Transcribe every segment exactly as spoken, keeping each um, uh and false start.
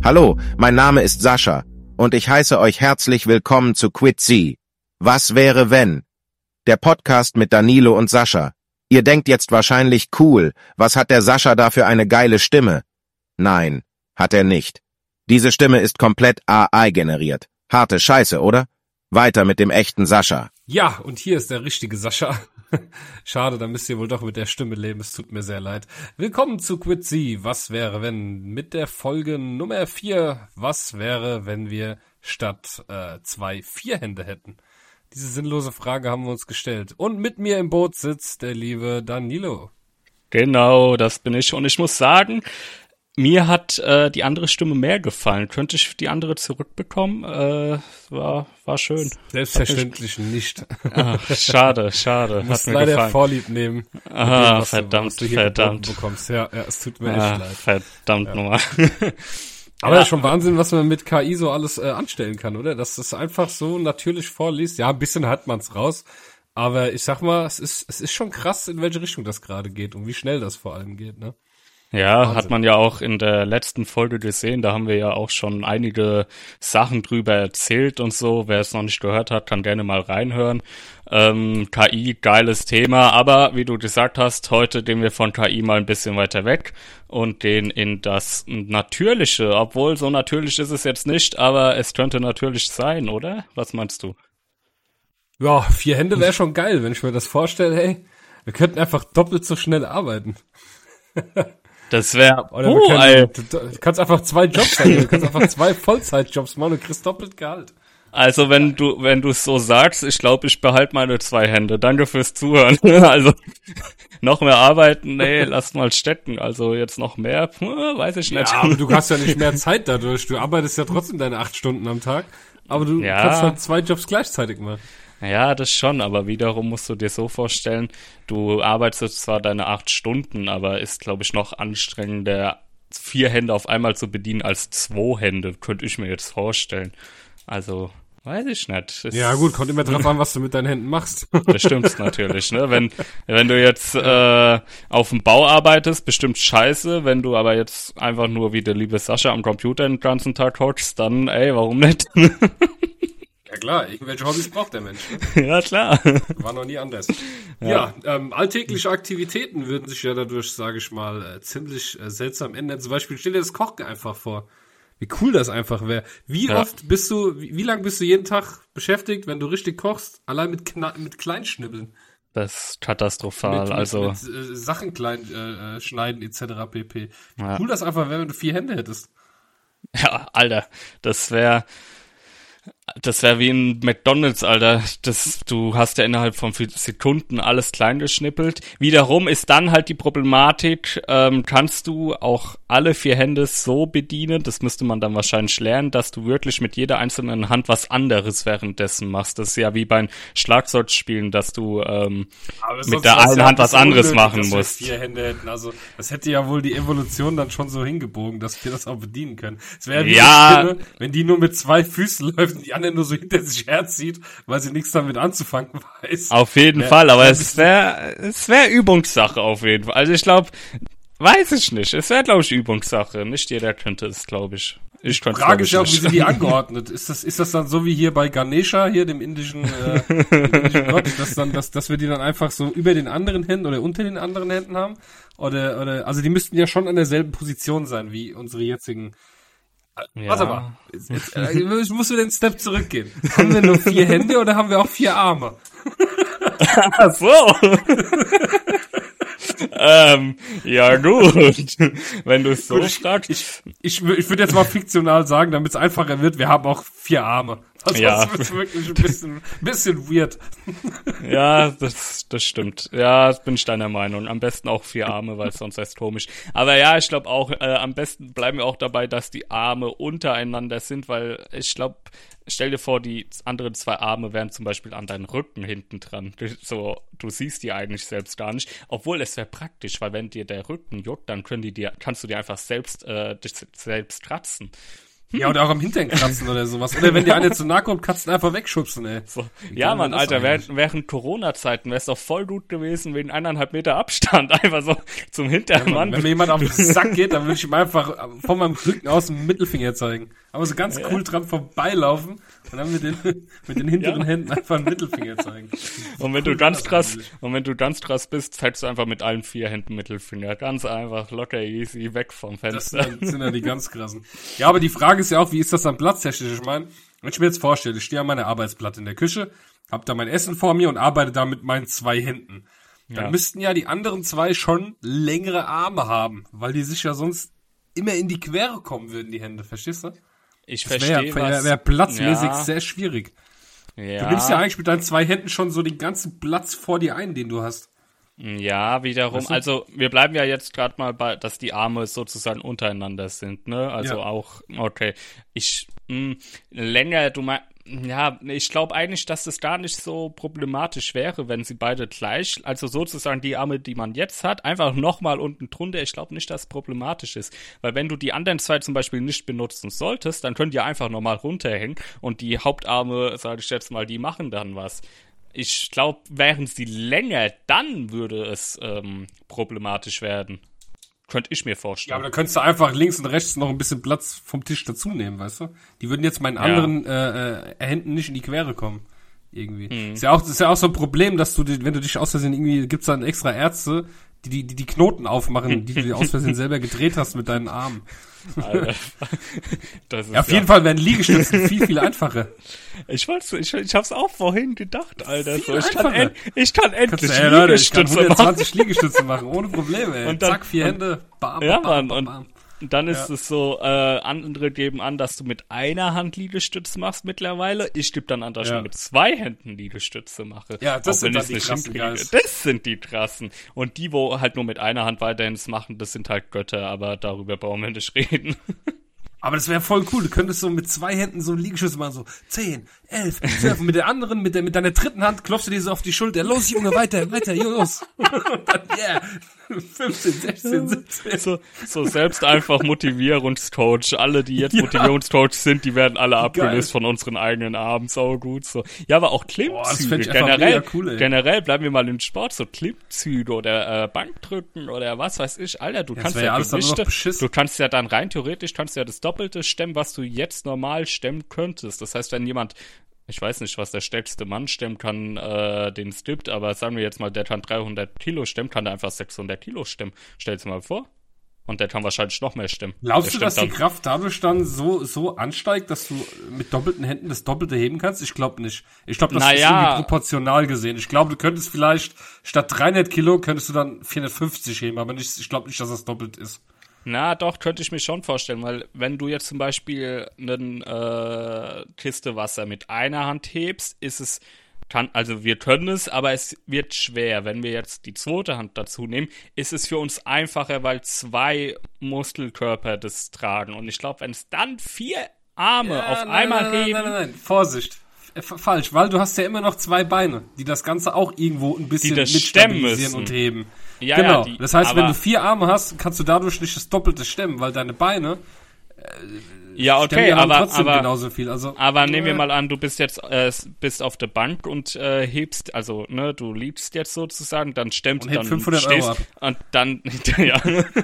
Hallo, mein Name ist Sascha und ich heiße euch herzlich willkommen zu Quitzy. Was wäre wenn? Der Podcast mit Danilo und Sascha. Ihr denkt jetzt wahrscheinlich, cool, was hat der Sascha da für eine geile Stimme? Nein, hat er nicht. Diese Stimme ist komplett A I generiert. Harte Scheiße, oder? Weiter mit dem echten Sascha. Ja, und hier ist der richtige Sascha. Schade, da müsst ihr wohl doch mit der Stimme leben, es tut mir sehr leid. Willkommen zu Quitzy, was wäre wenn? Mit der Folge Nummer vier, was wäre, wenn wir statt äh, zwei vier Hände hätten? Diese sinnlose Frage haben wir uns gestellt. Und mit mir im Boot sitzt der liebe Danilo. Genau, das bin ich. Und ich muss sagen, mir hat äh, die andere Stimme mehr gefallen. Könnte ich die andere zurückbekommen? Äh, war war schön. Selbstverständlich nicht. Ach, schade, schade. Du musst hat mir leider gefallen. Vorlieb nehmen. Ah, dem, verdammt, du, was du hier verdammt. Bekommst. Ja, ja, es tut mir Ah, echt leid. verdammt Ja. nochmal. Aber Ja. ja, schon Wahnsinn, was man mit K I so alles äh, anstellen kann, oder? Dass das einfach so natürlich vorliest. Ja, ein bisschen hat man's raus. Aber ich sag mal, es ist es ist schon krass, in welche Richtung das gerade geht und wie schnell das vor allem geht, ne? Ja, Wahnsinn. hat man ja auch in der letzten Folge gesehen, da haben wir ja auch schon einige Sachen drüber erzählt und so. Wer es noch nicht gehört hat, kann gerne mal reinhören. Ähm, K I, geiles Thema, aber wie du gesagt hast, heute gehen wir von K I mal ein bisschen weiter weg und gehen in das Natürliche, obwohl so natürlich ist es jetzt nicht, aber es könnte natürlich sein, oder? Was meinst du? Ja, vier Hände wäre schon geil, wenn ich mir das vorstelle, hey, wir könnten einfach doppelt so schnell arbeiten. Das wäre, Oder oh, wir können, ey. du, du kannst einfach zwei Jobs haben, du kannst einfach zwei Vollzeitjobs machen und kriegst doppelt Gehalt. Also wenn du wenn du es so sagst, ich glaube, ich behalte meine zwei Hände. Danke fürs Zuhören. Also noch mehr arbeiten, nee, lass mal stecken. Also jetzt noch mehr, hm, weiß ich nicht. Ja, aber du hast ja nicht mehr Zeit dadurch. Du arbeitest ja trotzdem deine acht Stunden am Tag, aber du Ja. kannst halt zwei Jobs gleichzeitig machen. Ja, das schon, aber wiederum musst du dir so vorstellen, du arbeitest zwar deine acht Stunden, aber ist, glaube ich, noch anstrengender, vier Hände auf einmal zu bedienen als zwei Hände, könnte ich mir jetzt vorstellen. Also, weiß ich nicht. Es Ja gut, kommt immer drauf an, was du mit deinen Händen machst. Das stimmt natürlich, ne? Wenn, wenn du jetzt äh, auf dem Bau arbeitest, bestimmt scheiße. Wenn du aber jetzt einfach nur wie der liebe Sascha am Computer den ganzen Tag hockst, dann, ey, warum nicht? Ja klar, irgendwelche Hobbys braucht der Mensch. Ne? Ja, klar. War noch nie anders. Ja, ja ähm, alltägliche Aktivitäten würden sich ja dadurch, sage ich mal, äh, ziemlich äh, seltsam ändern. Zum Beispiel stell dir das Kochen einfach vor. Wie cool das einfach wäre. Wie Ja. oft bist du, wie, wie lang bist du jeden Tag beschäftigt, wenn du richtig kochst? Allein mit, Kna mit Kleinschnibbeln. Das ist katastrophal, mit, also. Mit, mit äh, Sachen klein äh, äh, schneiden et cetera pp. Ja. Cool das einfach wäre, wenn du vier Hände hättest. Ja, Alter, das wäre das wäre wie in McDonald's, Alter. Das, du hast ja innerhalb von Sekunden alles klein geschnippelt. Wiederum ist dann halt die Problematik, ähm, kannst du auch alle vier Hände so bedienen, das müsste man dann wahrscheinlich lernen, dass du wirklich mit jeder einzelnen Hand was anderes währenddessen machst. Das ist ja wie beim Schlagzeugspielen, dass du ähm, mit der einen Hand was anderes machen dass wir musst. vier Hände hätten. Also das hätte ja wohl die Evolution dann schon so hingebogen, dass wir das auch bedienen können. Es wäre wie Ja. eine Spinne, wenn die nur mit zwei Füßen läuft und die andere nur so hinter sich herzieht, weil sie nichts damit anzufangen weiß. Auf jeden Ja, Fall, aber ja, es wäre es wäre Übungssache auf jeden Fall. Also ich glaube, weiß ich nicht. Es wäre, glaube ich, Übungssache. Nicht jeder könnte es, glaube ich. Ich könnte Frage es, ist ja auch, glaube wie ich, sind die nicht. angeordnet? Ist das, ist das dann so wie hier bei Ganesha, hier dem indischen, äh, dem indischen Gott, dass dann, dass, dass wir die dann einfach so über den anderen Händen oder unter den anderen Händen haben? Oder, oder, also die müssten ja schon an derselben Position sein wie unsere jetzigen. Ja. Warte mal, jetzt, jetzt, äh, ich muss wieder den Step zurückgehen. Haben wir nur vier Hände oder haben wir auch vier Arme? Ach so. ähm, ja gut. Wenn du es so Gut, ich- fragst. Ich, ich, wür- ich würde jetzt mal fiktional sagen, damit es einfacher wird, wir haben auch vier Arme. Also Ja. das wird wirklich ein bisschen, ein bisschen weird. Ja, das, das stimmt. Ja, bin ich deiner Meinung. Am besten auch vier Arme, weil sonst ist komisch. Aber ja, ich glaube auch, äh, am besten bleiben wir auch dabei, dass die Arme untereinander sind, weil ich glaube, stell dir vor, die anderen zwei Arme wären zum Beispiel an deinen Rücken hinten dran. So, du siehst die eigentlich selbst gar nicht. Obwohl, es wäre praktisch, weil wenn dir der Rücken juckt, dann können die dir, kannst du dir einfach selbst, äh, dich selbst kratzen. Ja, oder auch am Hintern kratzen oder sowas. Oder wenn dir einer zu nahe kommt, kannst du ihn einfach wegschubsen, ey. So. Ja, Mann, Alter, während, während Corona-Zeiten wäre es doch voll gut gewesen, wegen eineinhalb Meter Abstand einfach so zum hinteren Ja, Mann, Mann. wenn mir jemand auf den Sack geht, dann würde ich ihm einfach von meinem Rücken aus den Mittelfinger zeigen. Aber so ganz cool dran vorbeilaufen und dann mit den, mit den hinteren Ja. Händen einfach einen Mittelfinger zeigen. Und wenn du ganz krass, und wenn du ganz krass bist, zeigst du einfach mit allen vier Händen Mittelfinger. Ganz einfach, locker, easy, weg vom Das Fenster. sind, sind ja die ganz krassen. Ja, aber die Frage ist ja auch, wie ist das am Platztechnisch? Ich meine, wenn ich mir jetzt vorstelle, ich stehe an meiner Arbeitsplatte in der Küche, hab da mein Essen vor mir und arbeite da mit meinen zwei Händen. Dann Ja. müssten ja die anderen zwei schon längere Arme haben, weil die sich ja sonst immer in die Quere kommen würden, die Hände. Verstehst du? Ich Das verstehe, wäre wär, was... wär platzmäßig ja, sehr schwierig. ja, Du nimmst ja eigentlich mit deinen zwei Händen schon so den ganzen Platz vor dir ein, den du hast. ja, wiederum, Weißt du? also wir bleiben ja jetzt gerade mal bei, dass die Arme sozusagen untereinander sind, ne? Also Ja. auch, okay, ich, mh, länger, du meinst, ja, ich glaube eigentlich, dass das gar nicht so problematisch wäre, wenn sie beide gleich, also sozusagen die Arme, die man jetzt hat, einfach nochmal unten drunter. Ich glaube nicht, dass es problematisch ist. Weil wenn du die anderen zwei zum Beispiel nicht benutzen solltest, dann können die einfach nochmal runterhängen und die Hauptarme, sage ich jetzt mal, die machen dann was. Ich glaube, wären sie länger, dann würde es ähm, problematisch werden. Könnte ich mir Ja, vorstellen. aber da könntest du einfach links und rechts noch ein bisschen Platz vom Tisch dazu nehmen, weißt du? Die würden jetzt meinen Ja. anderen äh, äh, Händen nicht in die Quere kommen. Irgendwie. Mhm. Ist ja auch, ist ja auch so ein Problem, dass du, die, wenn du dich aus Versehen irgendwie, gibt's dann extra Ärzte, die die, die, die Knoten aufmachen, die du dir aus Versehen selber gedreht hast mit deinen Armen. Alter. Das ist Ja, auf ja- jeden Fall wären Liegestützen viel, viel einfacher. Ich wollte, ich, ich hab's auch vorhin gedacht, Alter. Viel So, ich, kann einfacher. en, ich kann Kannst endlich du, ey, Leute, ich kann Liegestütze machen. hundertzwanzig Liegestütze machen, ohne Probleme, ey. Und dann- Zack, vier und- Hände, bam, Ja, bam, Mann, bam, und bam. dann ist Ja. es so, äh, andere geben an, dass du mit einer Hand Liegestütze machst mittlerweile. Ich gebe dann an, dass Ja. ich mit zwei Händen Liegestütze mache. Ja, das auch sind wenn dann ich's die nicht krassen hinkriege. Guys. Das sind die krassen. Und die, wo halt nur mit einer Hand weiterhin es machen, das sind halt Götter, aber darüber brauchen wir nicht reden. Aber das wäre voll cool. Du könntest so mit zwei Händen so Liegestütze machen, so zehn, elf, zwölf. Und mit der anderen, mit der, mit deiner dritten Hand klopfst du dir so auf die Schulter. Los, Junge, weiter, weiter, los. Und dann, yeah. fünfzehn, sechzehn, siebzehn. So, so selbst einfach Motivierungscoach. Alle, die jetzt Ja. Motivierungscoach sind, die werden alle abgelöst Geil. von unseren eigenen Armen. So gut, so. Ja, aber auch Boah, das Klimmzüge. fänd ich einfach generell, mega cool, ey. generell bleiben wir mal im Sport. So Klimmzüge oder äh, Bankdrücken oder was weiß ich. Alter, du Das kannst wär ja ja alles dann nur noch Gewichte, Beschiss. du kannst ja dann rein theoretisch, kannst ja das Doppelte stemmen, was du jetzt normal stemmen könntest. Das heißt, wenn jemand, ich weiß nicht, was der stärkste Mann stemmen kann, äh, den es gibt, aber sagen wir jetzt mal, der kann dreihundert Kilo stemmen, kann der einfach sechshundert Kilo stemmen. Stell's mal vor. Und der kann wahrscheinlich noch mehr stemmen. Glaubst Der du, dass stemmt die Kraft dadurch dann so, so ansteigt, dass du mit doppelten Händen das Doppelte heben kannst? Ich glaube nicht. Ich glaube, das ist Naja. irgendwie proportional gesehen. Ich glaube, du könntest vielleicht statt dreihundert Kilo könntest du dann vierhundertfünfzig heben, aber nicht, ich glaube nicht, dass das doppelt ist. Na, doch, könnte ich mir schon vorstellen, weil wenn du jetzt zum Beispiel eine äh, Kiste Wasser mit einer Hand hebst, ist es, kann, also wir können es, aber es wird schwer. Wenn wir jetzt die zweite Hand dazu nehmen, ist es für uns einfacher, weil zwei Muskelkörper das tragen. Und ich glaube, wenn es dann vier Arme Ja, auf nein, einmal nein, nein, heben... Nein, nein, nein, Vorsicht. Äh, f- Falsch, weil du hast ja immer noch zwei Beine, die das Ganze auch irgendwo ein bisschen Die das stemmen mitstabilisieren müssen. und heben. Ja, genau. ja, die- das heißt, wenn aber- du vier Arme hast, kannst du dadurch nicht das Doppelte stemmen, weil deine Beine Ja, stemmen okay, ja dann aber, trotzdem aber, genauso viel. Also, aber nehmen wir äh, mal an, du bist jetzt äh, bist auf der Bank und äh, hebst, also ne, du liegst jetzt sozusagen, dann stemmt Und hebt dann fünfhundert stehst, Euro ab. und dann ja.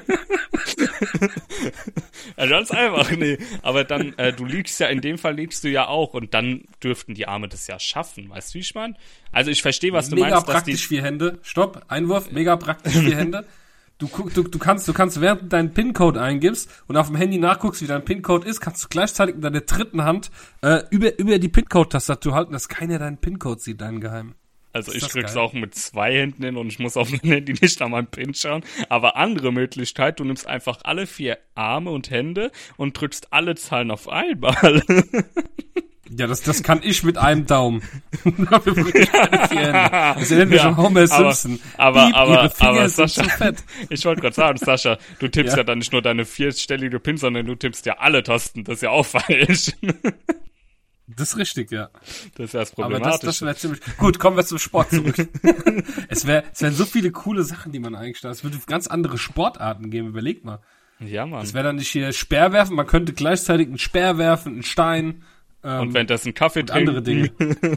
Ja, ganz einfach, nee. Aber dann, äh, du liegst ja, in dem Fall liegst du ja auch und dann dürften die Arme das ja schaffen, weißt du, wie ich meine? Also ich verstehe, was du Mega meinst, dass praktisch die... vier Hände. Stopp, Einwurf, mega praktisch vier Hände. Du, guck- du, du kannst, du kannst, während du deinen PIN-Code eingibst und auf dem Handy nachguckst, wie dein PIN-Code ist, kannst du gleichzeitig mit deiner dritten Hand äh, über, über die PIN-Code-Tastatur halten, dass keiner deinen PIN-Code sieht, deinen geheimen. Also Ist ich das krieg's geil. auch mit zwei Händen hin und ich muss auf mein Handy nicht an meinem Pin schauen. Aber andere Möglichkeit, du nimmst einfach alle vier Arme und Hände und drückst alle Zahlen auf einmal. Ja, das, das kann ich mit einem Daumen. Dafür brauche ich keine vier Hände. Das erinnert mich Ja, an Homer aber- Simpson. aber- Piep, aber- ihre Finger aber sind Sascha- zu fett. Ich wollte gerade sagen, Sascha, du tippst ja. Ja. dann nicht nur deine vierstellige Pin, sondern du tippst ja alle Tasten. Das ist ja auch falsch. Das ist richtig, ja. Das ist ja das Aber das, Problematische. das wäre ziemlich... Gut, kommen wir zum Sport zurück. es wär, es wären so viele coole Sachen, die man eigentlich da... Es würde ganz andere Sportarten geben, überleg mal. Ja, Mann. Das wäre dann nicht hier Speer werfen, man könnte gleichzeitig einen Speer werfen, einen Stein. Ähm, und wenn das ein Kaffee und trinken. andere Dinge.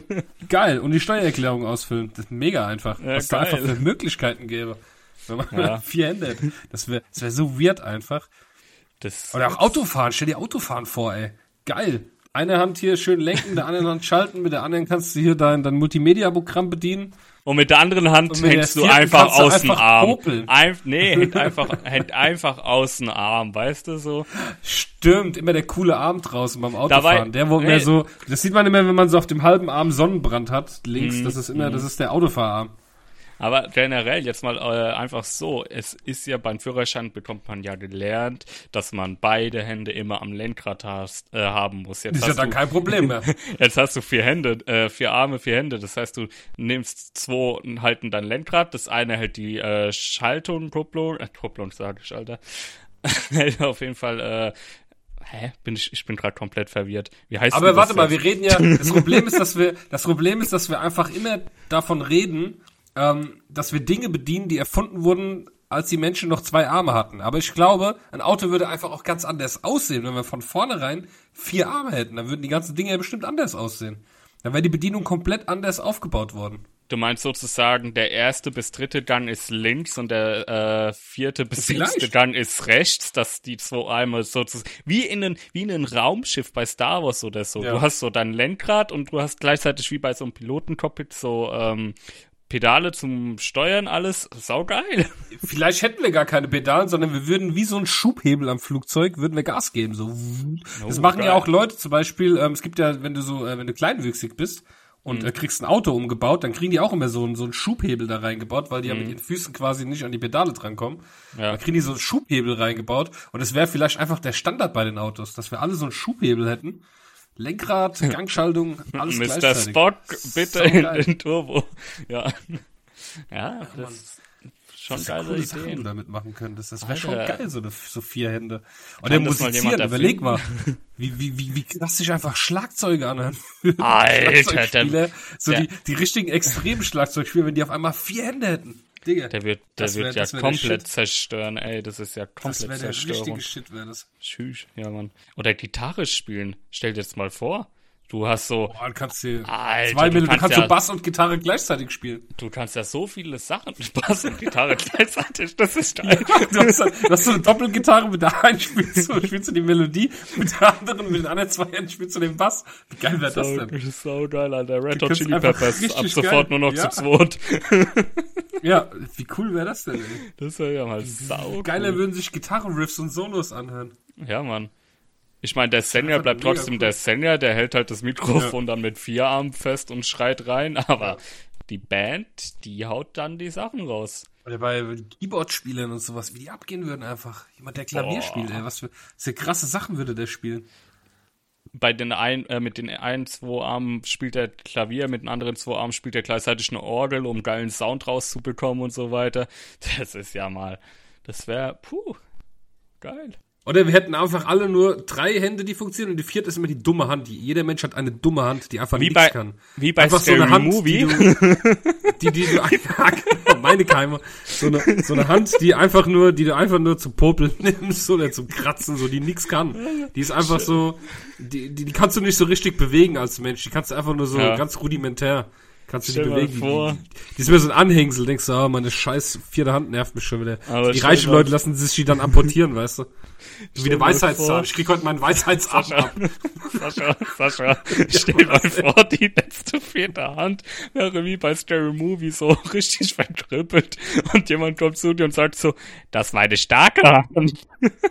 Geil. Und die Steuererklärung ausfüllen. Das ist mega einfach. Ja, was da geil. einfach für Möglichkeiten gäbe. Wenn man Ja. vier Hände hätte. Das wäre das wär so weird einfach. Das, Oder auch Autofahren. Stell dir Autofahren vor, ey. Geil. Eine Hand hier schön lenken, der anderen Hand schalten. Mit der anderen kannst du hier dein, dein Multimedia-Programm bedienen. und mit der anderen Hand Und mit hängst der du vierten einfach kannst du aus dem einfach Arm. popeln. Ein, nee, hängt einfach, hängt einfach aus dem Arm, weißt du so? Stimmt, immer der coole Arm draußen beim Autofahren. Dabei- der, wo nee. mehr so, das sieht man immer, wenn man so auf dem halben Arm Sonnenbrand hat, links, Mhm, das ist immer, das ist der Autofahrarm. Aber generell, jetzt mal äh, einfach so, es ist ja beim Führerschein bekommt man ja gelernt, dass man beide Hände immer am Lenkrad hast, äh, haben muss. Jetzt Ist ja hast dann du, kein Problem mehr. Jetzt hast du vier Hände, äh, vier Arme, vier Hände. Das heißt, du nimmst zwei und halten dein Lenkrad. Das eine hält die äh, Schaltung, Kupplung, äh, Kupplung sag ich, Alter. Hält auf jeden Fall, äh, hä? Bin ich, ich bin gerade komplett verwirrt. Wie heißt Aber denn warte das mal, jetzt? wir reden ja, das Problem ist, dass wir, das Problem ist, dass wir einfach immer davon reden, ähm, dass wir Dinge bedienen, die erfunden wurden, als die Menschen noch zwei Arme hatten. Aber ich glaube, ein Auto würde einfach auch ganz anders aussehen, wenn wir von vornherein vier Arme hätten. Dann würden die ganzen Dinge ja bestimmt anders aussehen. Dann wäre die Bedienung komplett anders aufgebaut worden. Du meinst sozusagen, der erste bis dritte Gang ist links und der äh, vierte bis Vielleicht. sechste Gang ist rechts, dass die zwei Arme sozusagen, wie in einem wie in einem Raumschiff bei Star Wars oder so. Ja. Du hast so dein Lenkrad und du hast gleichzeitig wie bei so einem Pilotencockpit so ähm, Pedale zum Steuern, alles saugeil. Vielleicht hätten wir gar keine Pedalen, sondern wir würden wie so ein Schubhebel am Flugzeug, würden wir Gas geben. So. Das Oh, machen geil. ja auch Leute, zum Beispiel, ähm, es gibt ja, wenn du so, äh, wenn du kleinwüchsig bist und äh, kriegst ein Auto umgebaut, dann kriegen die auch immer so, einen- so einen Schubhebel da reingebaut, weil die ja mit ihren Füßen quasi nicht an die Pedale drankommen. Ja. Dann kriegen die so einen Schubhebel reingebaut und das wäre vielleicht einfach der Standard bei den Autos, dass wir alle so einen Schubhebel hätten. Lenkrad, Gangschaltung, alles Mister gleichzeitig. Spock, bitte in Saugeil. den Turbo. Ja. Ja, das ist schon Was für geile coole Sachen du Ideen. damit machen könntest. Das wäre schon Alter. geil, so, eine, so vier Hände. Und Kann der das mal musizieren, jemand überleg erfinden? mal, wie, wie, wie, wie krass sich einfach Schlagzeuge anhören. Alter, Schlagzeugspieler, so der- die, die richtigen extremen Schlagzeugspieler, wenn die auf einmal vier Hände hätten. Digga, Der wird, der Das wird wär- ja das wär der komplett Shit. zerstören, ey, das ist ja das komplett wäre der Zerstörung. richtige Shit, wäre das. Tschüss, ja, Mann. Oder Gitarre spielen. Stell dir jetzt mal vor, du hast so, Boah, du kannst hier Alter, zwei du Minuten, du kannst kannst ja- so Bass und Gitarre gleichzeitig spielen. du kannst ja so viele Sachen, Bass und Gitarre gleichzeitig, das ist geil. Du hast, dann- du hast so eine Doppelgitarre, mit der einen spielst du, spielst du die Melodie, mit der anderen, mit den anderen zwei Händen spielst du den Bass. Wie geil wäre das So, denn? so geil, Alter. Red Du Hot kannst Chili einfach Peppers, richtig ab sofort geil. nur noch Ja. zu zweit. Ja, wie cool wäre das denn, ey? Das wäre ja mal sau Geiler cool. würden sich Gitarrenriffs und Solos anhören. Ja, Mann. Ich meine, der Senior einfach bleibt mega trotzdem cool. der Senior, der hält halt das Mikrofon dann mit vier Armen fest und schreit rein, aber die Band, die haut dann die Sachen raus. Oder bei Keyboard-Spielern und sowas, wie die abgehen würden einfach. Jemand, der Klavier Boah. spielt, ey, was für, was für krasse Sachen würde der spielen. Bei den ein, äh, mit den einen, zwei Armen spielt er Klavier, mit den anderen zwei Armen spielt er gleichzeitig eine Orgel, um geilen Sound rauszubekommen und so weiter. Das ist ja mal, das wäre, puh, geil. Oder wir hätten einfach alle nur drei Hände, die funktionieren und die vierte ist immer die dumme Hand. Die, jeder Mensch hat eine dumme Hand, die einfach Wie nichts bei, kann. wie bei Einfach Scary so eine Hand, Movie. Die du, die, die du einfach, meine Keime, so eine, so eine Hand, die einfach nur, die du einfach nur zum Popeln nimmst oder zum Kratzen, so, die nix kann. Die ist einfach so, die, die, die kannst du nicht so richtig bewegen als Mensch. Die kannst du einfach nur so Ja. ganz rudimentär, kannst du die Stell mal bewegen. vor. Die, die, die ist mir so ein Anhängsel, denkst du, ah, meine scheiß vierte Hand nervt mich schon wieder. Aber die stell reichen mal- Leute lassen sich die dann amputieren, weißt du. Wie Stell eine mal Weisheitszahn. vor. Ich krieg heute meinen Weisheitsarm ab. Sascha, Sascha, stell mal vor, die letzte vierte Hand wäre wie bei Scary Movie so richtig verkrüppelt und jemand kommt zu dir und sagt so, das war eine starke Hand.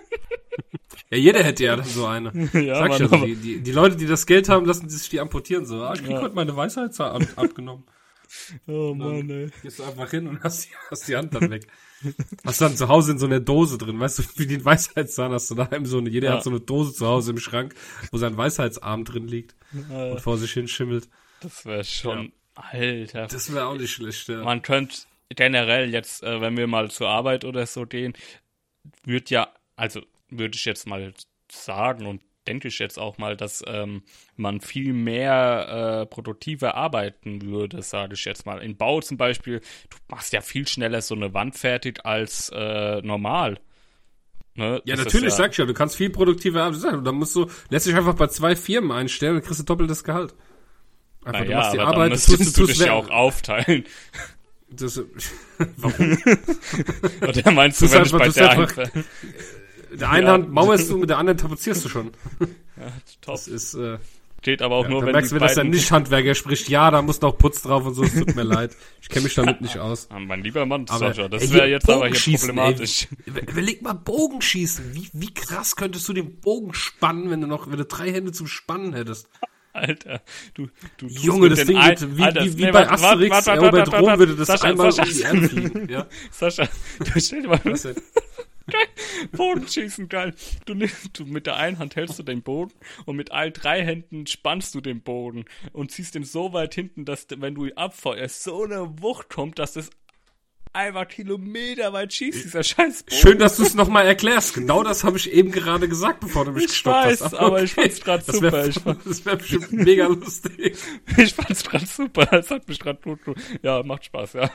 Ja, jeder hätte ja dann so eine. Ja, Sag Mann, ich ja, aber- die, die, die Leute, die das Geld haben, lassen sich die amputieren. So, ah, ich krieg Ja. heute meine Weisheitszahn ab, abgenommen. Oh Mann, ey. Gehst du einfach hin und hast die, hast die Hand dann weg. Hast dann zu Hause in so einer Dose drin, weißt du, wie den Weisheitszahn hast du daheim so eine, jeder Ja. hat so eine Dose zu Hause im Schrank, wo sein Weisheitsarm drin liegt und vor sich hin schimmelt. Das wäre schon, Alter. Das wäre auch nicht schlecht, ja. Man könnte generell jetzt, äh, wenn wir mal zur Arbeit oder so gehen, würde ja, also würde ich jetzt mal sagen und denke ich jetzt auch mal, dass ähm, man viel mehr äh, produktiver arbeiten würde, sage ich jetzt mal. In Bau zum Beispiel, du machst ja viel schneller so eine Wand fertig als äh, normal. Ne? Ja, Das natürlich, ist ja, sag ich ja, du kannst viel produktiver arbeiten. Und dann musst du, lässt dich einfach bei zwei Firmen einstellen und kriegst du doppeltes Gehalt. Einfach, naja, aber dann Arbeit, müsstest tust, du tust, dich tust, ja auch aufteilen. Das, warum? Oder meinst du, Tust wenn ich einfach- bei tust der einfach- einfällt? Mit der einen Ja. Hand mauerst du, mit der anderen tapezierst du schon. Ja, top. Das ist, äh, Steht aber auch ja, nur, da wenn merkst die du, dass der beiden... Nicht-Handwerker spricht, ja, da muss noch Putz drauf und so, es tut mir leid. Ich kenne mich damit nicht aus. Ah, mein lieber Mann, Aber, Sascha, das ey, wäre hier jetzt aber hier Bogenschießen, problematisch. Ey, über- überleg mal Bogenschießen. Wie, wie krass könntest du den Bogen spannen, wenn du noch, wenn du drei Hände zum Spannen hättest? Alter, du, du tust Junge, mit das den Ding ein- wird, wie, Alter, wie, wie nee, bei warte, Asterix, warte, warte, erobert warte, Rom warte, würde das Sascha, einmal Sascha. um die Erde fliegen. Ja? Sascha, du stell dir mal Was denn? Bogenschießen, geil. Du, nimmst- du mit der einen Hand hältst du den Bogen und mit allen drei Händen spannst du den Bogen und ziehst ihn so weit hinten, dass, wenn du ihn abfeuerst, so eine Wucht kommt, dass das einfach kilometerweit schießt, dieser scheiß Bogen. Schön, dass du es nochmal erklärst. Genau das habe ich eben gerade gesagt, bevor du mich Ich gestoppt weiß, hast. aber ich fand's grad Das super. wär- Ich fand- Das wäre bestimmt mega lustig. Ich fand's gerade super, das hat mich gerade gut, gut. Ja, macht Spaß, ja.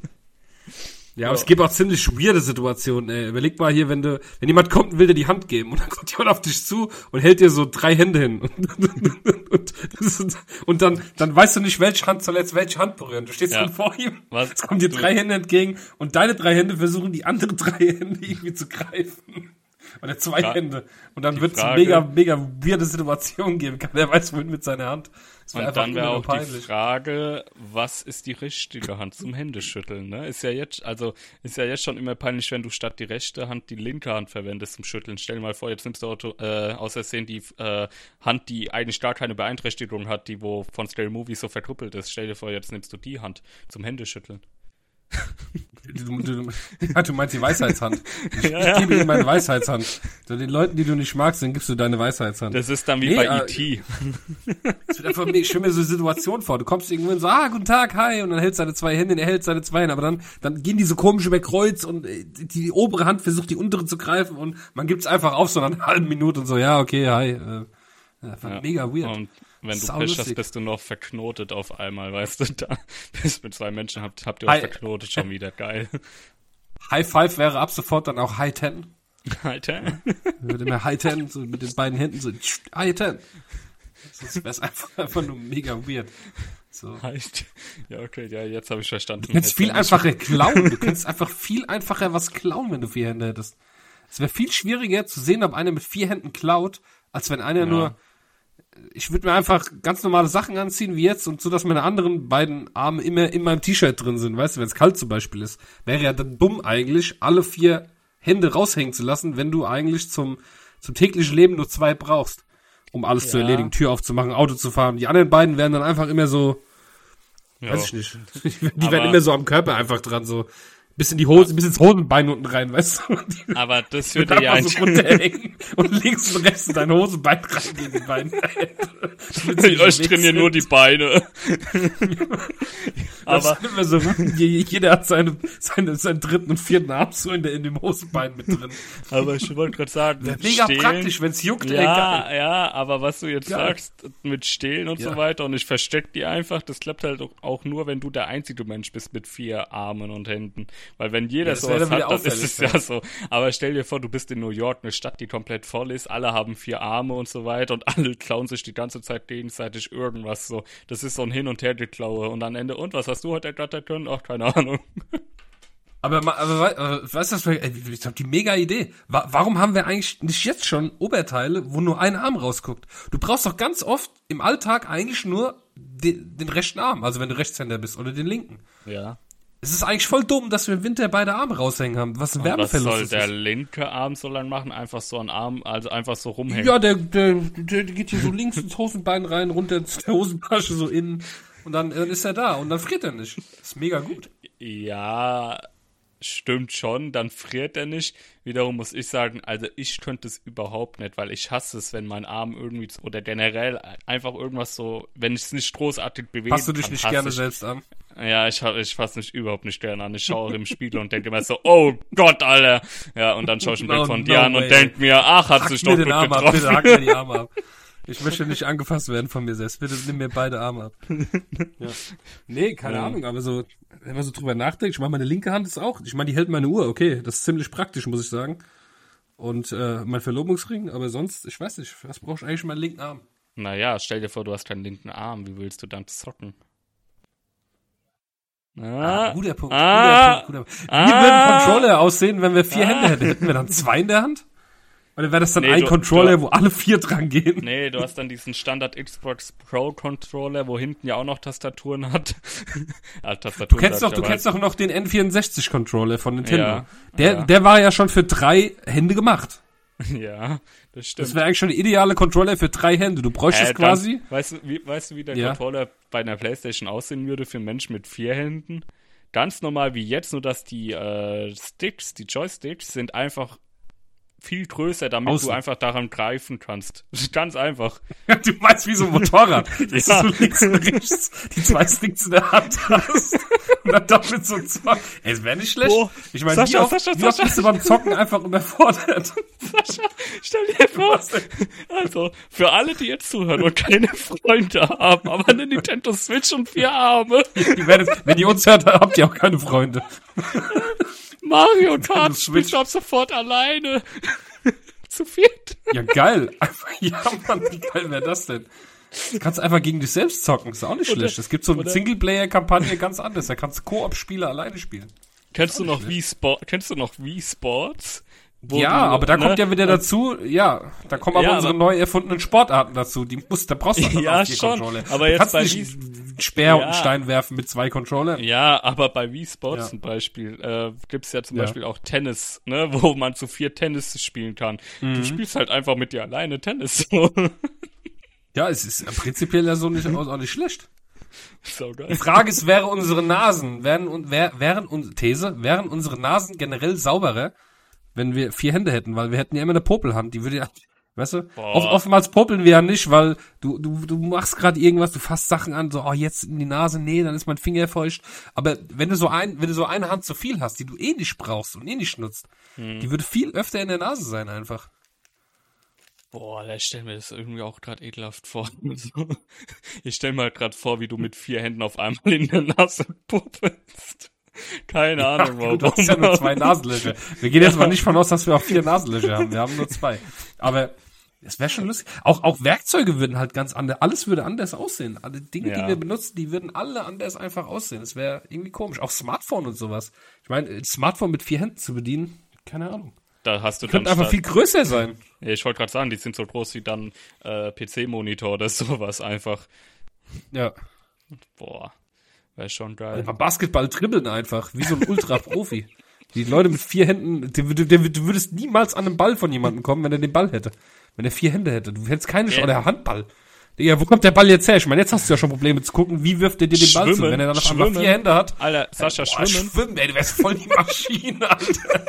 Ja, aber es gibt auch ziemlich weirde Situationen, ey. Überleg mal hier, wenn du, wenn jemand kommt und will dir die Hand geben und dann kommt jemand auf dich zu und hält dir so drei Hände hin. Und, und, und, das ist, und dann, dann weißt du nicht, welche Hand soll jetzt welche Hand berühren. Du stehst Ja. dann vor ihm, Was? es kommen dir Du- drei Hände entgegen und deine drei Hände versuchen, die anderen drei Hände irgendwie zu greifen. Oder zwei Fra- Hände. Und dann die wird es eine Frage- mega, mega weirde Situation geben. Keiner weiß, wohin mit seiner Hand. Das wär Und einfach dann wäre immer auch nur die Frage, was ist die richtige Hand zum Händeschütteln, ne? Ist ja jetzt, also, ist ja jetzt schon immer peinlich, wenn du statt die rechte Hand die linke Hand verwendest zum Schütteln. Stell dir mal vor, jetzt nimmst du auto, äh, aus Versehen die äh, Hand, die eigentlich gar keine Beeinträchtigung hat, die wo von Scary Movie so verkrüppelt ist. Stell dir vor, jetzt nimmst du die Hand zum Händeschütteln. Du, du, ja, du meinst die Weisheitshand. Ich, Ja, ich ja. gebe dir meine Weisheitshand. So, den Leuten, die du nicht magst, denen gibst du deine Weisheitshand. Das ist dann wie Nee, bei äh, E T Das wird einfach, ich stelle mir so eine Situation vor. Du kommst irgendwo und so, ah, guten Tag, hi, und dann hält seine zwei Hände, und er hält seine zwei Hände, aber dann, dann gehen die so komisch über Kreuz und äh, die, die obere Hand versucht die untere zu greifen und man gibt's einfach auf, so nach einer halben Minute und so, ja, okay, hi. Äh, einfach Ja. mega weird. Und wenn du Sau Pech hast, lustig. bist du noch verknotet auf einmal, weißt du, da bist mit zwei Menschen, habt, habt ihr Hi. euch verknotet, schon wieder geil. High Five wäre ab sofort dann auch High Ten. Alter. Würde immer High Ten, so mit den beiden Händen so, tsch, High Ten. Sonst wäre es einfach, einfach nur mega weird. So. Halt. Ja, okay, ja, jetzt habe ich verstanden. Du kannst Jetzt viel hab ich- einfacher klauen. Du kannst einfach viel einfacher was klauen, wenn du vier Hände hättest. Es wäre viel schwieriger zu sehen, ob einer mit vier Händen klaut, als wenn einer Ja. nur. Ich würde mir einfach ganz normale Sachen anziehen wie jetzt und so, dass meine anderen beiden Arme immer in meinem T-Shirt drin sind. Weißt du, wenn es kalt zum Beispiel ist, wäre ja dann dumm eigentlich, alle vier Hände raushängen zu lassen, wenn du eigentlich zum zum täglichen Leben nur zwei brauchst, um alles zu Ja. erledigen, Tür aufzumachen, Auto zu fahren. Die anderen beiden wären dann einfach immer so. Ja. Weiß ich nicht. Die Aber- werden immer so am Körper einfach dran, so bis in die Hose, bis ins Hosenbein unten rein, weißt du? Die Aber das wird würde ja einfach so eigentlich. runterhängen und links und rechts in dein Hosenbein reingehen, die beiden. Ich trainiere nur die Beine. Aber Aber immer so, je- jeder hat seine, seine, seinen dritten und vierten Arm so in, der, in dem Hosenbein mit drin. Aber ich wollte gerade sagen, mit Mega Stehlen, praktisch, wenn's juckt, ey, ja, geil. ja, aber was du jetzt Geil. sagst, mit Stehlen und Ja. so weiter und ich versteck die einfach, das klappt halt auch- auch nur, wenn du der einzige Mensch bist mit vier Armen und Händen. Weil wenn jeder Ja, das wär sowas dann hat, wieder dann ist es auffällig, ja so. Aber stell dir vor, du bist in New York, eine Stadt, die komplett voll ist, alle haben vier Arme und so weiter und alle klauen sich die ganze Zeit gegenseitig irgendwas so. Das ist so ein Hin- und Her-Geklaue und am Ende, und was hast du heute gerade können? Ach, keine Ahnung. Aber, ma- aber, wei- aber weißt du, was für, ey, ich hab die mega Idee. Wa- warum haben wir eigentlich nicht jetzt schon Oberteile, wo nur ein Arm rausguckt? Du brauchst doch ganz oft im Alltag eigentlich nur den, den rechten Arm, also wenn du Rechtshänder bist, oder den linken. Ja. Es ist eigentlich voll dumm, dass wir im Winter beide Arme raushängen haben, was ein Und was Wärmeverlust soll ist. der linke Arm so lang machen? Einfach so ein Arm, also einfach so rumhängen. Ja, der, der, der geht hier so links ins Hosenbein rein, runter ins der Hosentasche so innen und dann, dann ist er da und dann friert er nicht. Das ist mega gut. Ja, stimmt schon, dann friert er nicht. Wiederum muss ich sagen, also ich könnte es überhaupt nicht, weil ich hasse es, wenn mein Arm irgendwie, z- oder generell einfach irgendwas so, wenn ich es nicht großartig bewege. Passt du dich kann, nicht hasse gerne ich. selbst an? Ja, ich, ha- ich fasse mich überhaupt nicht gerne an. Ich schaue auch im Spiegel und denke immer so, oh Gott, Alter. Ja, und dann schaue ich ein Bild No, von no dir an way. und denke mir, ach, hat Hack sich mir doch den gut Arm ab, bitte hack getroffen. mir die Arme ab. Ich möchte nicht angefasst werden von mir selbst. Bitte nimm mir beide Arme ab. Ja. Nee, keine Ja. Ahnung, aber so, wenn man so drüber nachdenkt, ich meine, meine linke Hand ist auch, ich meine, die hält meine Uhr, okay, das ist ziemlich praktisch, muss ich sagen. und äh, mein Verlobungsring, aber sonst, ich weiß nicht, was brauchst du eigentlich meinen linken Arm? Naja, stell dir vor, du hast keinen linken Arm. Wie willst du dann zocken? Ah, Ah, guter Punkt. ah, guter Punkt, guter Punkt. Wie ah, würden Controller aussehen, wenn wir vier ah. Hände hätten? Hätten wir dann zwei in der Hand? Oder wäre das dann Nee, ein du- Controller, du- wo alle vier dran gehen? Nee, du hast dann diesen Standard Xbox Pro Controller, wo hinten ja auch noch Tastaturen hat. ah, Tastaturen Du kennst sag doch, ich du aber. kennst doch noch den N vierundsechzig Controller von Nintendo. Ja, der, ja. der war ja schon für drei Hände gemacht. Ja, das stimmt. Das wäre eigentlich schon der ideale Controller für drei Hände. Du bräuchtest Äh, dann- quasi. Weißt du, wie, weißt du, wie der Ja. Controller bei einer PlayStation aussehen würde für einen Menschen mit vier Händen? Ganz normal wie jetzt, nur dass die äh, Sticks, die Joysticks, sind einfach viel größer, damit Außen. du einfach daran greifen kannst. Ganz einfach. Du meinst wie so ein Motorrad. Dass Ja. du so links und rechts die zwei Sticks in der Hand hast. Und dann damit so zocken. Ey, es wäre nicht schlecht. Oh, Ich meine, wie Sascha, oft, Sascha, wie oft Sascha. bist du beim Zocken einfach überfordert? Sascha, stell dir vor, Was denn? also, für alle, die jetzt zuhören und keine Freunde haben, aber eine Nintendo Switch und vier Arme, Ihr werdet, wenn ihr uns hört, habt ihr auch keine Freunde. Mario Kart Switch. spielst du ab sofort alleine. Zu viert. Ja, geil. Einfach, ja, Mann, wie geil wäre das denn? Du kannst einfach gegen dich selbst zocken. Ist auch nicht Oder- schlecht. Es gibt so eine oder- Singleplayer-Kampagne ganz anders. Da kannst du Koop-Spiele alleine spielen. Kennst du noch Wii Sport, kennst du noch Wii Sports? Wo Ja, du, aber da ne? kommt ja wieder dazu, ja, da kommen aber Ja, unsere aber- neu erfundenen Sportarten dazu. Die musst, da brauchst du dann Ja, auch vier schon. Controller. Aber du jetzt kannst bei nicht Wii- einen Speer und einen Ja. Stein werfen mit zwei Controllern. Ja, aber bei Wii Sports Ja. zum Beispiel äh, gibt's ja zum Ja. Beispiel auch Tennis, ne, wo man zu vier Tennis spielen kann. Mhm. Du spielst halt einfach mit dir alleine Tennis. So. Ja, es ist prinzipiell ja so nicht, auch nicht schlecht. So geil. Die Frage ist, wäre unsere Nasen, wären, und wär, wären, un- These, wären unsere Nasen generell sauberer, wenn wir vier Hände hätten, weil wir hätten ja immer eine Popelhand, die würde ja, weißt du, Boah. oft, oftmals popeln wir ja nicht, weil du, du, du machst gerade irgendwas, du fasst Sachen an, so, oh, jetzt in die Nase, nee, dann ist mein Finger feucht. Aber wenn du so ein, wenn du so eine Hand zu viel hast, die du eh nicht brauchst und eh nicht nutzt, Hm. die würde viel öfter in der Nase sein einfach. Boah, da stell mir das irgendwie auch gerade ekelhaft vor. So. Ich stell mir halt gerade vor, wie du mit vier Händen auf einmal in der Nase puppelst. Keine Ahnung, Ja, warum. du hast ja nur zwei Nasenlöcher. Wir gehen jetzt mal nicht von aus, dass wir auch vier Nasenlöcher haben. Wir haben nur zwei. Aber es wäre schon lustig. Auch, auch Werkzeuge würden halt ganz anders, alles würde anders aussehen. Alle Dinge, Ja. die wir benutzen, die würden alle anders einfach aussehen. Das wäre irgendwie komisch. Auch Smartphone und sowas. Ich meine, ein Smartphone mit vier Händen zu bedienen, keine Ahnung. Da hast du dann Könnte einfach statt- viel größer sein. Ja, ich wollte gerade sagen, die sind so groß wie dann äh, P C-Monitor oder sowas einfach. Ja. Boah, wäre schon geil. Beim Basketball dribbeln einfach, wie so ein Ultra-Profi. Die Leute mit vier Händen, du, du, du würdest niemals an einen Ball von jemandem kommen, wenn er den Ball hätte. Wenn er vier Hände hätte. Du hättest keine Chance. Ja. Oder Handball. Digga, wo kommt der Ball jetzt her? Ich meine, jetzt hast du ja schon Probleme zu gucken, wie wirft er dir den Ball zu, Schwimmen, wenn er dann auf einmal schwimmen. vier Hände hat. Alter, Sascha, Boah, schwimmen. schwimmen, ey, du wärst voll die Maschine, Alter.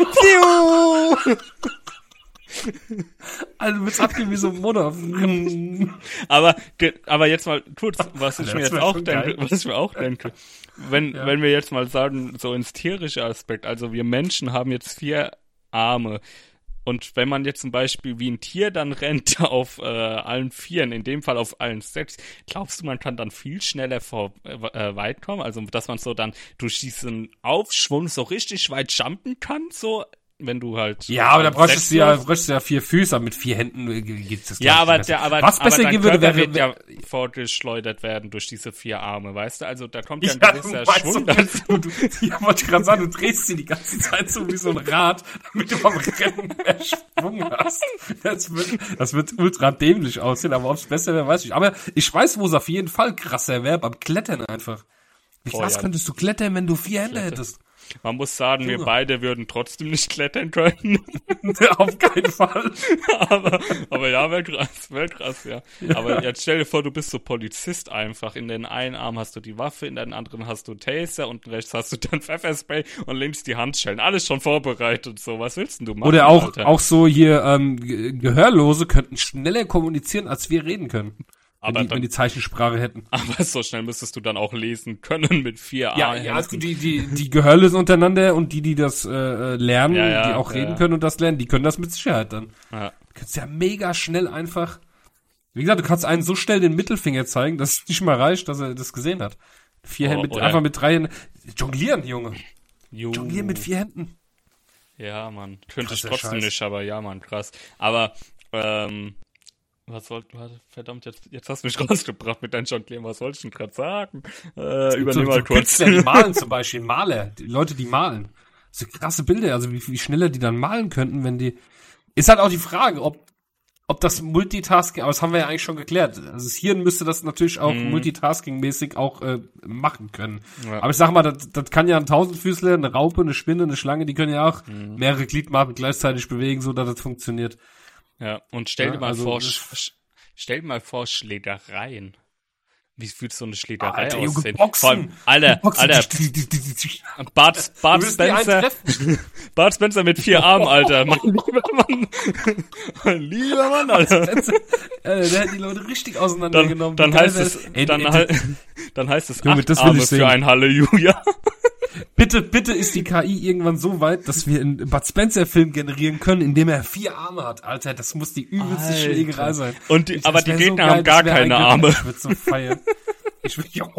Alter, du willst abgehen wie so ein Motor. Aber, ge- aber jetzt mal kurz, was ich Alter, mir das jetzt wär auch schon denke, geil. was ich mir auch denke, wenn, Ja. wenn wir jetzt mal sagen, so ins tierische Aspekt, also wir Menschen haben jetzt vier Arme. Und wenn man jetzt zum Beispiel wie ein Tier dann rennt auf äh, allen Vieren, in dem Fall auf allen sechs, glaubst du, man kann dann viel schneller vor, äh, weit kommen? Also, dass man so dann durch diesen Aufschwung so richtig weit jumpen kann, so, wenn du halt... Ja, aber da auf bräuchtest sechs du ja, läufst? bräuchtest du ja vier Füße, aber mit vier Händen äh, geht's das Ja, gleich aber, besser. der, aber, Was aber besser dein gehen würde, Körper wäre, wird ja vorgeschleudert werden durch diese vier Arme, weißt du? Also da kommt ja ein Ja, gewisser du weißt Schwung doch, dazu. du, du, ja, wollte ich gerade sagen, du drehst sie die ganze Zeit so wie so ein Rad, damit du beim Rennen mehr Schwung hast. Das wird, das wird ultra dämlich aussehen, aber ob es besser wäre, weiß ich nicht. Aber ich weiß, wo es auf jeden Fall krasser wäre, beim Klettern einfach. Wie Oh, krass ja. könntest du klettern, wenn du vier Hände Klettern. hättest? Man muss sagen, wir Junge. beide würden trotzdem nicht klettern können. Auf keinen Fall. aber, aber ja, wäre krass, wäre krass, ja. Aber jetzt stell dir vor, du bist so Polizist einfach. In den einen Arm hast du die Waffe, in den anderen hast du Taser und rechts hast du dann Pfefferspray und links die Handschellen. Alles schon vorbereitet, so. Was willst denn du machen, Oder auch, Alter? auch so hier, ähm, Ge- Gehörlose könnten schneller kommunizieren, als wir reden können. Wenn, Aber die, dann- wenn die Zeichensprache hätten. Aber so schnell müsstest du dann auch lesen können mit vier Ja, Armen. ja, also die, die, die Gehörlosen untereinander und die, die das äh, äh, lernen, Ja, ja, die auch ja, reden ja. können und das lernen, die können das mit Sicherheit dann. Ja. Du kannst ja mega schnell einfach, wie gesagt, du kannst einen so schnell den Mittelfinger zeigen, dass es nicht mal reicht, dass er das gesehen hat. Vier Oh, Hände mit, oder- einfach mit drei Händen. Jonglieren, Junge. Jo. Jonglieren mit vier Händen. Ja, Mann. Könnte ich Krasser trotzdem Scheiß. nicht, aber ja, Mann, krass. Aber, ähm, was wollt, warte, verdammt, jetzt, jetzt hast du mich rausgebracht mit deinem Jonglieren. Was wollte ich denn gerade sagen? Äh, übernimm so, mal so kurz. Künstler, die malen zum Beispiel, Maler, die Leute, die malen. So krasse Bilder, also wie, wie schneller die dann malen könnten, wenn die... Ist halt auch die Frage, ob ob das Multitasking, aber das haben wir ja eigentlich schon geklärt. Also das Hirn müsste das natürlich auch Mhm. Multitasking-mäßig auch äh, machen können. Ja. Aber ich sag mal, das, das kann ja ein Tausendfüßler, eine Raupe, eine Spinne, eine Schlange, die können ja auch Mhm. mehrere Gliedmaßen gleichzeitig bewegen, so dass das funktioniert. Ja, und stell Ja, dir mal also vor, das- sch- sch- stell dir mal vor, Schlägereien. Wie fühlt so eine Schlägerei Alter, Junge, aussehen? Boxen. Vor allem, Alter, Boxen, Alter, die- die- die- die- die- Bart, Du Bart wirst die einen Spencer, treffen. Bart Spencer mit vier Armen, Alter. Mein lieber Mann. Mein lieber Mann, Alter. äh, der hat die Leute richtig Dann, auseinandergenommen. dann Wie geil heißt wär es, das? Ey, dann, ey, hei- dann heißt es Junge, acht das will Arme ich sehen. für ein Halleluja. Bitte, bitte ist die K I irgendwann so weit, dass wir einen Bud Spencer-Film generieren können, in dem er vier Arme hat. Alter, das muss die übelste Alter. Schlägerei sein. Und die, Ich- aber das die wär Gegner so geil, haben gar das wär keine ein Arme. Götter. Ich würde so feiern. Ich will, ja.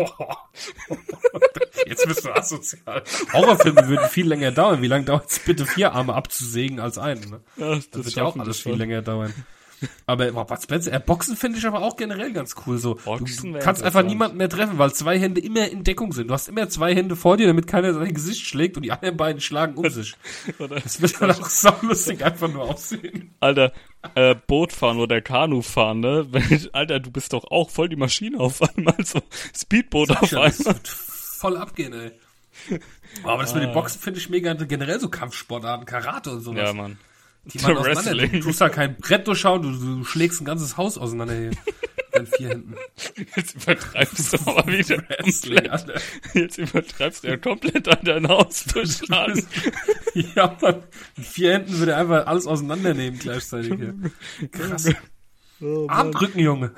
Jetzt bist du asozial. Horrorfilme würden viel länger dauern. Wie lange dauert es bitte, vier Arme abzusägen als einen? Ne? Ja, Das, wird ja auch schaffen alles wir viel schon. länger dauern. Aber boah, Bud Spencer, äh, Boxen finde ich aber auch generell ganz cool. So, du, Boxen du wär kannst einfach interessant. niemanden mehr treffen, weil zwei Hände immer in Deckung sind. Du hast immer zwei Hände vor dir, damit keiner sein Gesicht schlägt und die anderen beiden schlagen um sich. Oder, Das wird dann auch saulustig einfach nur aussehen. Alter, äh, Boot fahren oder Kanu fahren, ne? Wenn, Alter, du bist doch auch voll die Maschine auf einmal, so Speedboot auf Das einmal. wird voll abgehen, ey. Aber das mit den Boxen finde ich mega, generell so Kampfsportarten, Karate und sowas. Ja, Mann. Die man Wrestling. auseinander. Du tust da kein Brett durchschauen, du, du schlägst ein ganzes Haus auseinander hier. Mit vier Händen. Jetzt übertreibst du aber wieder Wrestling, komplett. Alter. Jetzt übertreibst du ja komplett an dein Haus durchschlagen. Ja, Mann. Mit vier Händen würde er einfach alles auseinandernehmen gleichzeitig hier. Krass. Armdrücken, Junge.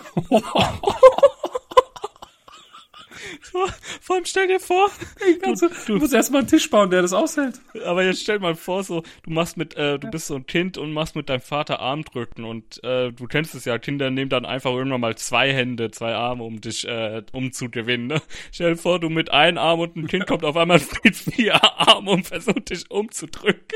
Vor allem stell dir vor, Du, du musst erstmal einen Tisch bauen, der das aushält. aber jetzt stell mal vor, so, du machst mit, äh, du bist so ein Kind und machst mit deinem Vater Armdrücken und äh, du kennst es ja, Kinder nehmen dann einfach irgendwann mal zwei Hände, zwei Arme, um dich äh, umzugewinnen, ne? Stell dir vor, du mit einem Arm und ein Kind kommt auf einmal mit vier Armen und versucht dich umzudrücken.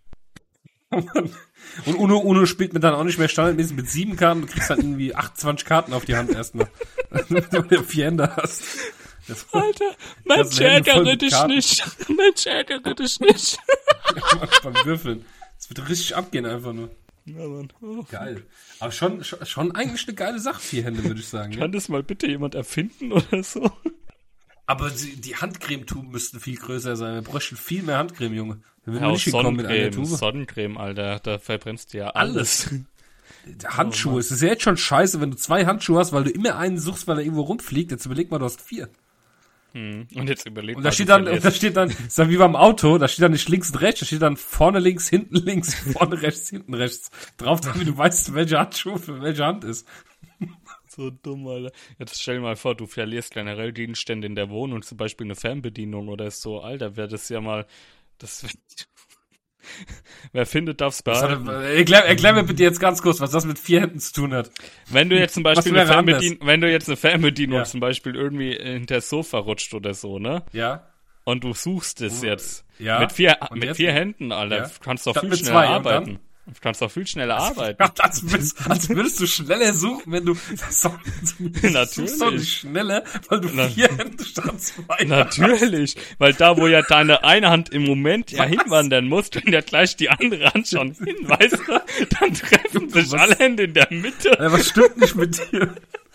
Und Uno, Uno spielt mir dann auch nicht mehr standardmäßig mit sieben Karten. Du kriegst dann irgendwie achtundzwanzig Karten auf die Hand erstmal. Damit du vier Hände hast. Das Alter, Mensch, Das Hände voll ärgere mit dich Karten. nicht. Mensch, ärgere dich nicht. beim Würfeln. Das wird richtig abgehen einfach nur. Ja, Mann. Oh. Geil. Aber schon, schon, schon eigentlich eine geile Sache, vier Hände, würde ich sagen. Ja? Kann das mal bitte jemand erfinden oder so? Aber die, die Handcremetuben müssten viel größer sein. Wir bräuchten viel mehr Handcreme, Junge. Wir würden Ja, nicht hinkommen mit einer Sonnencreme, Tube. Sonnencreme, Alter, da verbrennst du ja alles. Handschuhe. Es ist ja jetzt schon scheiße, wenn du zwei Handschuhe hast, weil du immer einen suchst, weil er irgendwo rumfliegt. Jetzt überleg mal, du hast vier. Hm. Und jetzt überleg Und mal, da steht du dann, und verlierst. da steht dann, ist dann wie beim Auto, da steht dann nicht links und rechts, da steht dann vorne links, hinten links, vorne rechts, hinten rechts. Drauf, damit du weißt, welche Handschuh für welche Hand ist. So dumm, Alter. Jetzt stell dir mal vor, du verlierst generell Gegenstände in der Wohnung, zum Beispiel eine Fernbedienung oder so. Alter, wäre das ja mal, das wer findet, darf's Was behalten. hat, erklär, erklär mir bitte jetzt ganz kurz, was das mit vier Händen zu tun hat. Wenn du jetzt zum Beispiel Was eine wäre anders? Fernbedienung, wenn du jetzt eine Fernbedienung Ja. zum Beispiel irgendwie hinter das Sofa rutscht oder so, ne? Ja? Und du suchst es jetzt. Ja. Mit vier, Und mit jetzt? vier Händen, Alter. Ja. Kannst doch Statt viel mit schneller zwei, und dann? arbeiten. Du kannst doch viel schneller arbeiten. Ja, als, würdest, als würdest du schneller suchen, wenn du, das doch, du Natürlich. suchst doch nicht schneller, weil du Na- vier Hände statt zwei hast. Natürlich, weil da, wo ja deine eine Hand im Moment ja hinwandern muss, wenn ja gleich die andere Hand schon hin, weißt du, dann treffen sich Was? alle Hände in der Mitte. Alter, was stimmt nicht mit dir?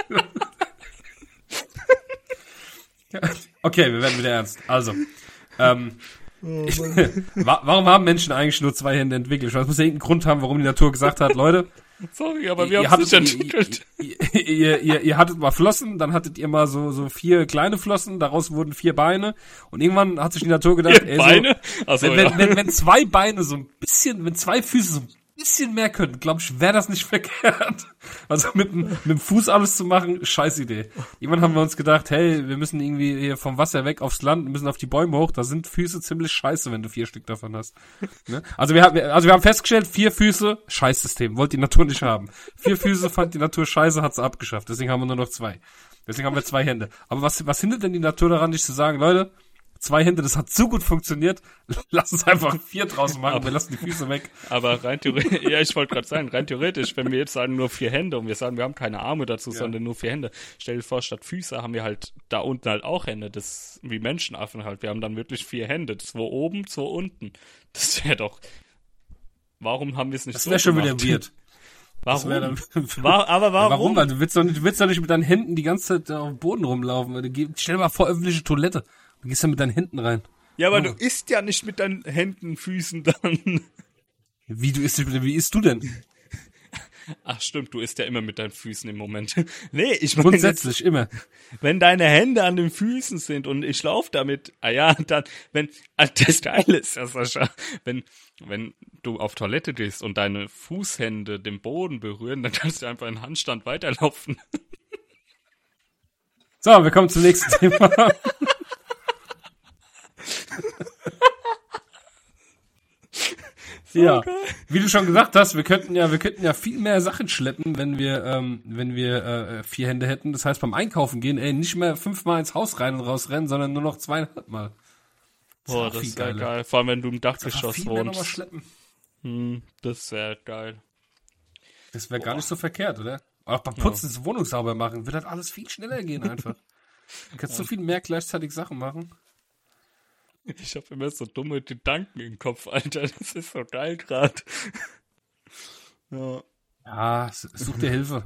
Okay, wir werden wieder ernst. Also, ähm, ich, wa- warum haben Menschen eigentlich nur zwei Hände entwickelt? Ich weiß, es muss ja irgendeinen Grund haben, warum die Natur gesagt hat, Leute, Sorry, aber wir ihr haben es hattet, nicht entwickelt. ihr, ihr, ihr, ihr, ihr hattet mal Flossen, dann hattet ihr mal so, so vier kleine Flossen, daraus wurden vier Beine und irgendwann hat sich die Natur gedacht, Vier ey, Beine? so, Achso, wenn, wenn, ja. wenn, wenn zwei Beine so ein bisschen, wenn zwei Füße so ein bisschen mehr könnten, glaube ich, wäre das nicht verkehrt. Also mit, dem- mit dem Fuß alles zu machen, scheiß Idee. Irgendwann haben wir uns gedacht, hey, wir müssen irgendwie hier vom Wasser weg aufs Land, wir müssen auf die Bäume hoch, da sind Füße ziemlich scheiße, wenn du vier Stück davon hast. Ne? Also wir haben, also wir haben festgestellt, vier Füße, Scheißsystem, wollte die Natur nicht haben. Vier Füße fand die Natur scheiße, hat sie abgeschafft, deswegen haben wir nur noch zwei. Deswegen haben wir zwei Hände. Aber was, was hindert denn die Natur daran, nicht zu sagen, Leute, zwei Hände, das hat so gut funktioniert. Lass uns einfach vier draus machen, aber wir lassen die Füße weg. Aber rein theoretisch, ja, ich wollte gerade sagen, rein theoretisch, wenn wir jetzt sagen nur vier Hände und wir sagen, wir haben keine Arme dazu, ja. sondern nur vier Hände. Stell dir vor, statt Füße haben wir halt da unten halt auch Hände, das wie Menschenaffen halt. Wir haben dann wirklich vier Hände, zwei oben, zwei unten. Das wäre doch, warum haben wir es nicht das so gemacht? Das wäre schon wieder weird. Warum? Dann, War, aber warum? Ja, warum? Weil du willst doch nicht, du willst doch nicht mit deinen Händen die ganze Zeit auf dem Boden rumlaufen. Du, stell dir mal vor, öffentliche Toilette. Du gehst ja mit deinen Händen rein. Ja, aber oh. du isst ja nicht mit deinen Händen, Füßen dann. Wie, du isst, wie isst du denn? Ach stimmt, du isst ja immer mit deinen Füßen im Moment. Nee, ich meine grundsätzlich jetzt, immer. Wenn deine Hände an den Füßen sind und ich laufe damit, ah ja, dann, wenn, das Geile ist ja, Sascha, wenn, wenn du auf Toilette gehst und deine Fußhände den Boden berühren, dann kannst du einfach in Handstand weiterlaufen. So, wir kommen zum nächsten Thema. So ja, geil. Wie du schon gesagt hast, wir könnten ja, wir könnten ja viel mehr Sachen schleppen, wenn wir, ähm, wenn wir äh, vier Hände hätten. Das heißt, beim Einkaufen gehen, ey, nicht mehr fünfmal ins Haus rein und rausrennen, sondern nur noch zweieinhalb Mal. Das Boah, das ist ja geil. Vor allem, wenn du im Dachgeschoss viel wohnst. Mehr noch mal schleppen. Hm, das ist sehr geil. Das wäre gar nicht so verkehrt, oder? Auch beim Putzen, ja. das Wohnung sauber machen, wird halt alles viel schneller gehen einfach. Du kannst ja. so viel mehr gleichzeitig Sachen machen. Ich habe immer so dumme Gedanken im Kopf, Alter. Das ist so geil gerade. Ja. Ja, such dir Hilfe.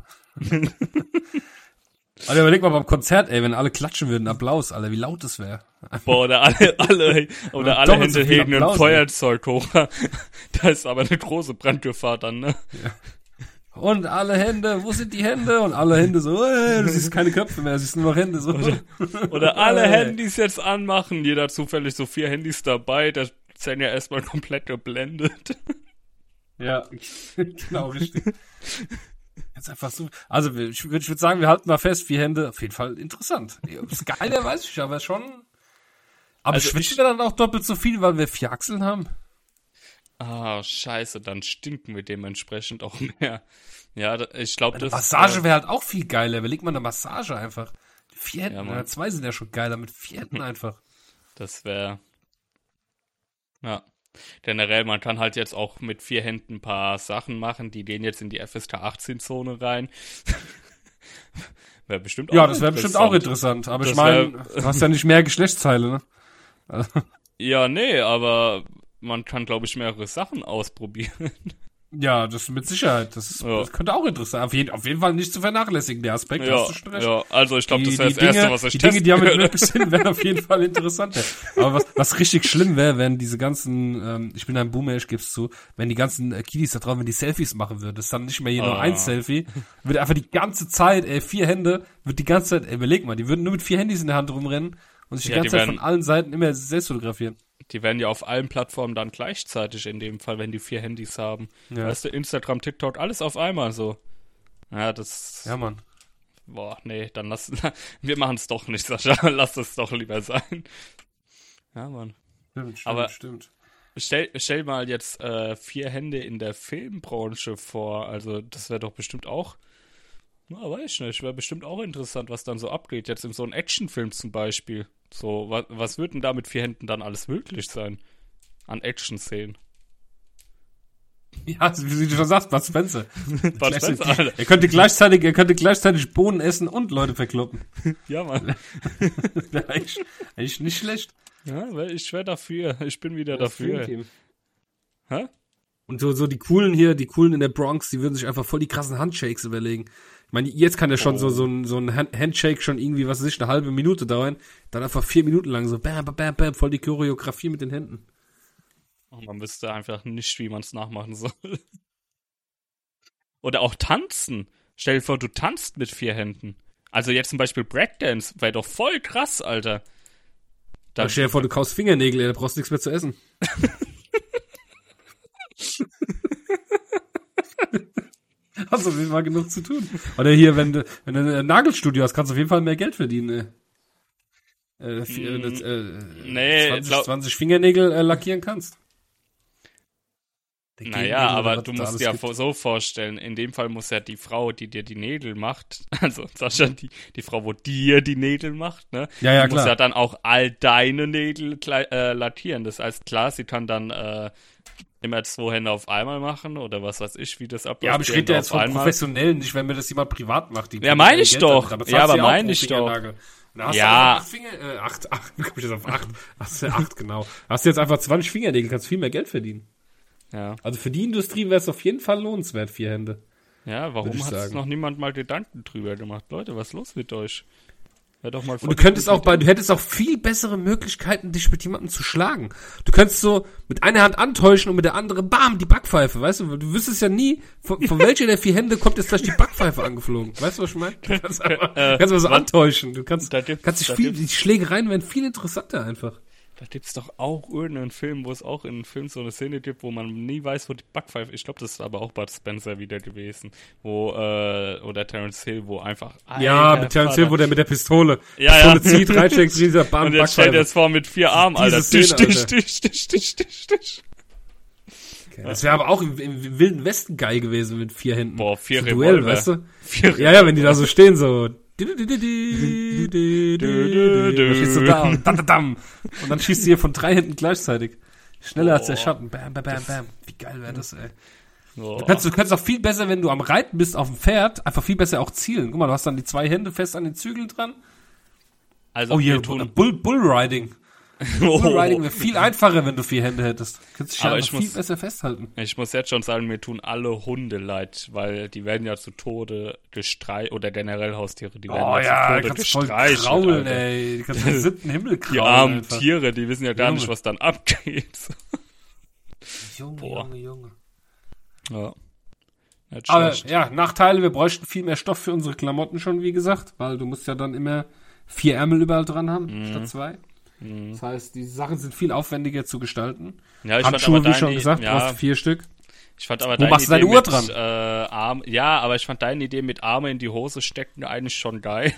Alter, überleg mal beim Konzert, ey, wenn alle klatschen würden, Applaus, Alter, wie laut das wäre. Boah, oder alle, alle, oder alle Hände hegen ein Feuerzeug hoch. Da ist aber eine große Brandgefahr dann, ne? Ja. Und alle Hände, wo sind die Hände? Und alle Hände so, äh, du siehst keine Köpfe mehr, du siehst nur noch Hände so. Oder, oder alle Handys jetzt anmachen, jeder zufällig so vier Handys dabei, da sind ja erstmal komplett geblendet. Ja, genau, richtig. Jetzt einfach so, also ich würde ich würd sagen, wir halten mal fest, vier Hände, auf jeden Fall interessant. Das Geile weiß ich, aber schon. Aber also schwitzen wir dann auch doppelt so viel, weil wir vier Achseln haben? Ah, scheiße, dann stinken wir dementsprechend auch mehr. Ja, ich glaube, das Massage wäre halt auch viel geiler. Überleg mal eine Massage einfach. Vier Händen, ja, zwei sind ja schon geiler, mit vier Händen einfach. Das wäre, ja, generell, man kann halt jetzt auch mit vier Händen ein paar Sachen machen, die gehen jetzt in die F S K achtzehn Zone rein. Wäre bestimmt auch Ja, das wäre bestimmt auch interessant, aber das ich meine, du hast ja nicht mehr Geschlechtsteile, ne? Also. Ja, nee, aber man kann, glaube ich, mehrere Sachen ausprobieren. Ja, das mit Sicherheit. Das, ist, ja. das könnte auch interessant. Auf jeden, auf jeden Fall nicht zu vernachlässigen, der Aspekt. Ja, hast du schon recht. Ja, also ich glaube, das wäre das Dinge, Erste, was ich Die testen Dinge, die damit möglich sind, wären auf jeden Fall interessanter. Aber was, was richtig schlimm wäre, wenn diese ganzen, ähm, ich bin ein Boomer, ich geb's zu, wenn die ganzen äh, Kiddies da drauf, wenn die Selfies machen würden, das ist dann nicht mehr hier nur Ah. ein Selfie, wird einfach die ganze Zeit, ey, vier Hände, wird die ganze Zeit, ey, überleg mal, die würden nur mit vier Handys in der Hand rumrennen und sich die Ja, ganze die Zeit werden- von allen Seiten immer selbst fotografieren. Die werden ja auf allen Plattformen dann gleichzeitig in dem Fall, wenn die vier Handys haben. Ja. Weißt du, Instagram, TikTok, alles auf einmal so. Ja, das... Ja, Mann. Boah, nee, dann lass... Wir machen es doch nicht, Sascha. Lass es doch lieber sein. Ja, Mann. Stimmt, stimmt, Aber- stimmt. Stell, stell mal jetzt äh, vier Hände in der Filmbranche vor. Also, das wäre doch bestimmt auch... Na, weiß ich nicht. Wäre bestimmt auch interessant, was dann so abgeht. Jetzt in so einem Actionfilm zum Beispiel. So, was, was wird denn da mit vier Händen dann alles möglich sein? An Action-Szenen. Ja, also, wie du schon sagst, Bud Spencer. Bud Spencer, Alter. Er könnte gleichzeitig, er könnte gleichzeitig Bohnen essen und Leute verkloppen. Ja, Mann. Wäre eigentlich, eigentlich nicht schlecht. Ja, weil ich wäre dafür. Ich bin wieder dafür. Hä? Und so, so die coolen hier, die coolen in der Bronx, die würden sich einfach voll die krassen Handshakes überlegen. Ich meine, jetzt kann ja schon Oh. so, so ein, so ein Hand- Handshake schon irgendwie, was weiß ich, eine halbe Minute dauern. Dann einfach vier Minuten lang so bam, bam, bam, bam, voll die Choreografie mit den Händen. Und man wüsste einfach nicht, wie man es nachmachen soll. Oder auch tanzen. Stell dir vor, du tanzt mit vier Händen. Also jetzt zum Beispiel Breakdance, wäre doch voll krass, Alter. Da Da, stell dir vor, du kaust Fingernägel, ey, da brauchst du nichts mehr zu essen. Hast auf jeden Fall genug zu tun. Oder hier, wenn du, wenn du ein Nagelstudio hast, kannst du auf jeden Fall mehr Geld verdienen. Äh, vier, Mm, äh, äh, nee, zwanzig, glaub- zwanzig Fingernägel äh, lackieren kannst. Naja, aber du musst dir ja so vorstellen, in dem Fall muss ja die Frau, die dir die Nägel macht, also Sascha, die, die Frau, wo dir die Nägel macht, ne? Ja, ja, die klar. muss ja dann auch all deine Nägel äh, lackieren. Das heißt, klar, sie kann dann äh, immer zwei Hände auf einmal machen oder was weiß ich, wie das abläuft. Ja, aber ich rede ja jetzt von einmal. Professionellen, nicht wenn mir das jemand privat macht. Die ja, meine ich doch. Ja, aber meine ich doch. Da hast ja. du Finger, äh, acht, acht, komm ich jetzt auf acht. Hast du acht, genau. Hast du jetzt einfach zwanzig Fingernägel, kannst viel mehr Geld verdienen. Ja. Also für die Industrie wäre es auf jeden Fall lohnenswert, vier Hände. Ja, warum hat sich noch niemand mal Gedanken drüber gemacht? Leute, was ist los mit euch? Hör doch mal Und du könntest auch bei, du hättest auch viel bessere Möglichkeiten, dich mit jemandem zu schlagen. Du könntest so mit einer Hand antäuschen und mit der anderen, bam, die Backpfeife, weißt du? Du wüsstest ja nie, von, von welcher der vier Hände kommt jetzt gleich die Backpfeife angeflogen. Weißt du, was ich meine? Du kannst einfach, äh, kannst mal so was, antäuschen. Du kannst, kannst dich viel, die Schlägereien werden viel interessanter einfach. Da gibt's doch auch irgendeinen Film, wo es auch in einem Film so eine Szene gibt, wo man nie weiß, wo die Backpfeife, ich glaube, das ist aber auch Bud Spencer wieder gewesen, wo, äh, oder Terence Hill, wo einfach, ja, mit Terence Hill, wo der mit der Pistole, ja, Pistole ja. zieht, reinsteckt, dieser Bam, und jetzt stellt er es vor mit vier Armen, Alter, Szene, Tisch, Tisch, Tisch, Tisch, Tisch, Tisch. Okay. Das wäre aber auch im, im Wilden Westen geil gewesen mit vier Händen. Boah, vier so Revolver. Duell, weißt du? Vier ja, ja, wenn die da so stehen, so. Dann stehst du da und, und dann schießt du hier von drei Händen gleichzeitig. Schneller oh. als der Schatten. Bam, bam, bam, bam. Wie geil wäre das, ey. Oh. Du kannst, du kannst auch viel besser, wenn du am Reiten bist auf dem Pferd, einfach viel besser auch zielen. Guck mal, du hast dann die zwei Hände fest an den Zügeln dran. Also oh, hier, Bull, Bullriding. Oh. Bullriding wäre viel einfacher, wenn du vier Hände hättest. Du kannst dich aber einfach ich viel muss, besser festhalten. Ich muss jetzt schon sagen, mir tun alle Hunde leid, weil die werden ja zu Tode gestreichelt, oder generell Haustiere, die werden oh, ja, ja zu Tode gestreichelt. Oh ja, kraulen, ey. Die kannst den siebten Himmel kraulen. Die armen einfach. Tiere, die wissen ja gar Junge. nicht, was dann abgeht. Junge, Boah. Junge, Junge. Ja. Nicht aber schlecht. ja, Nachteile, wir bräuchten viel mehr Stoff für unsere Klamotten schon, wie gesagt, weil du musst ja dann immer vier Ärmel überall dran haben, mhm. statt zwei. Mhm. Das heißt, die Sachen sind viel aufwendiger zu gestalten. Ja, ich Handschuhe, fand aber wie schon deine, gesagt, ja, brauchst du vier Stück. Ich fand aber Wo deine machst du Idee deine Uhr mit, dran? Äh, Arm, ja, aber ich fand deine Idee mit Arme in die Hose stecken eigentlich schon geil.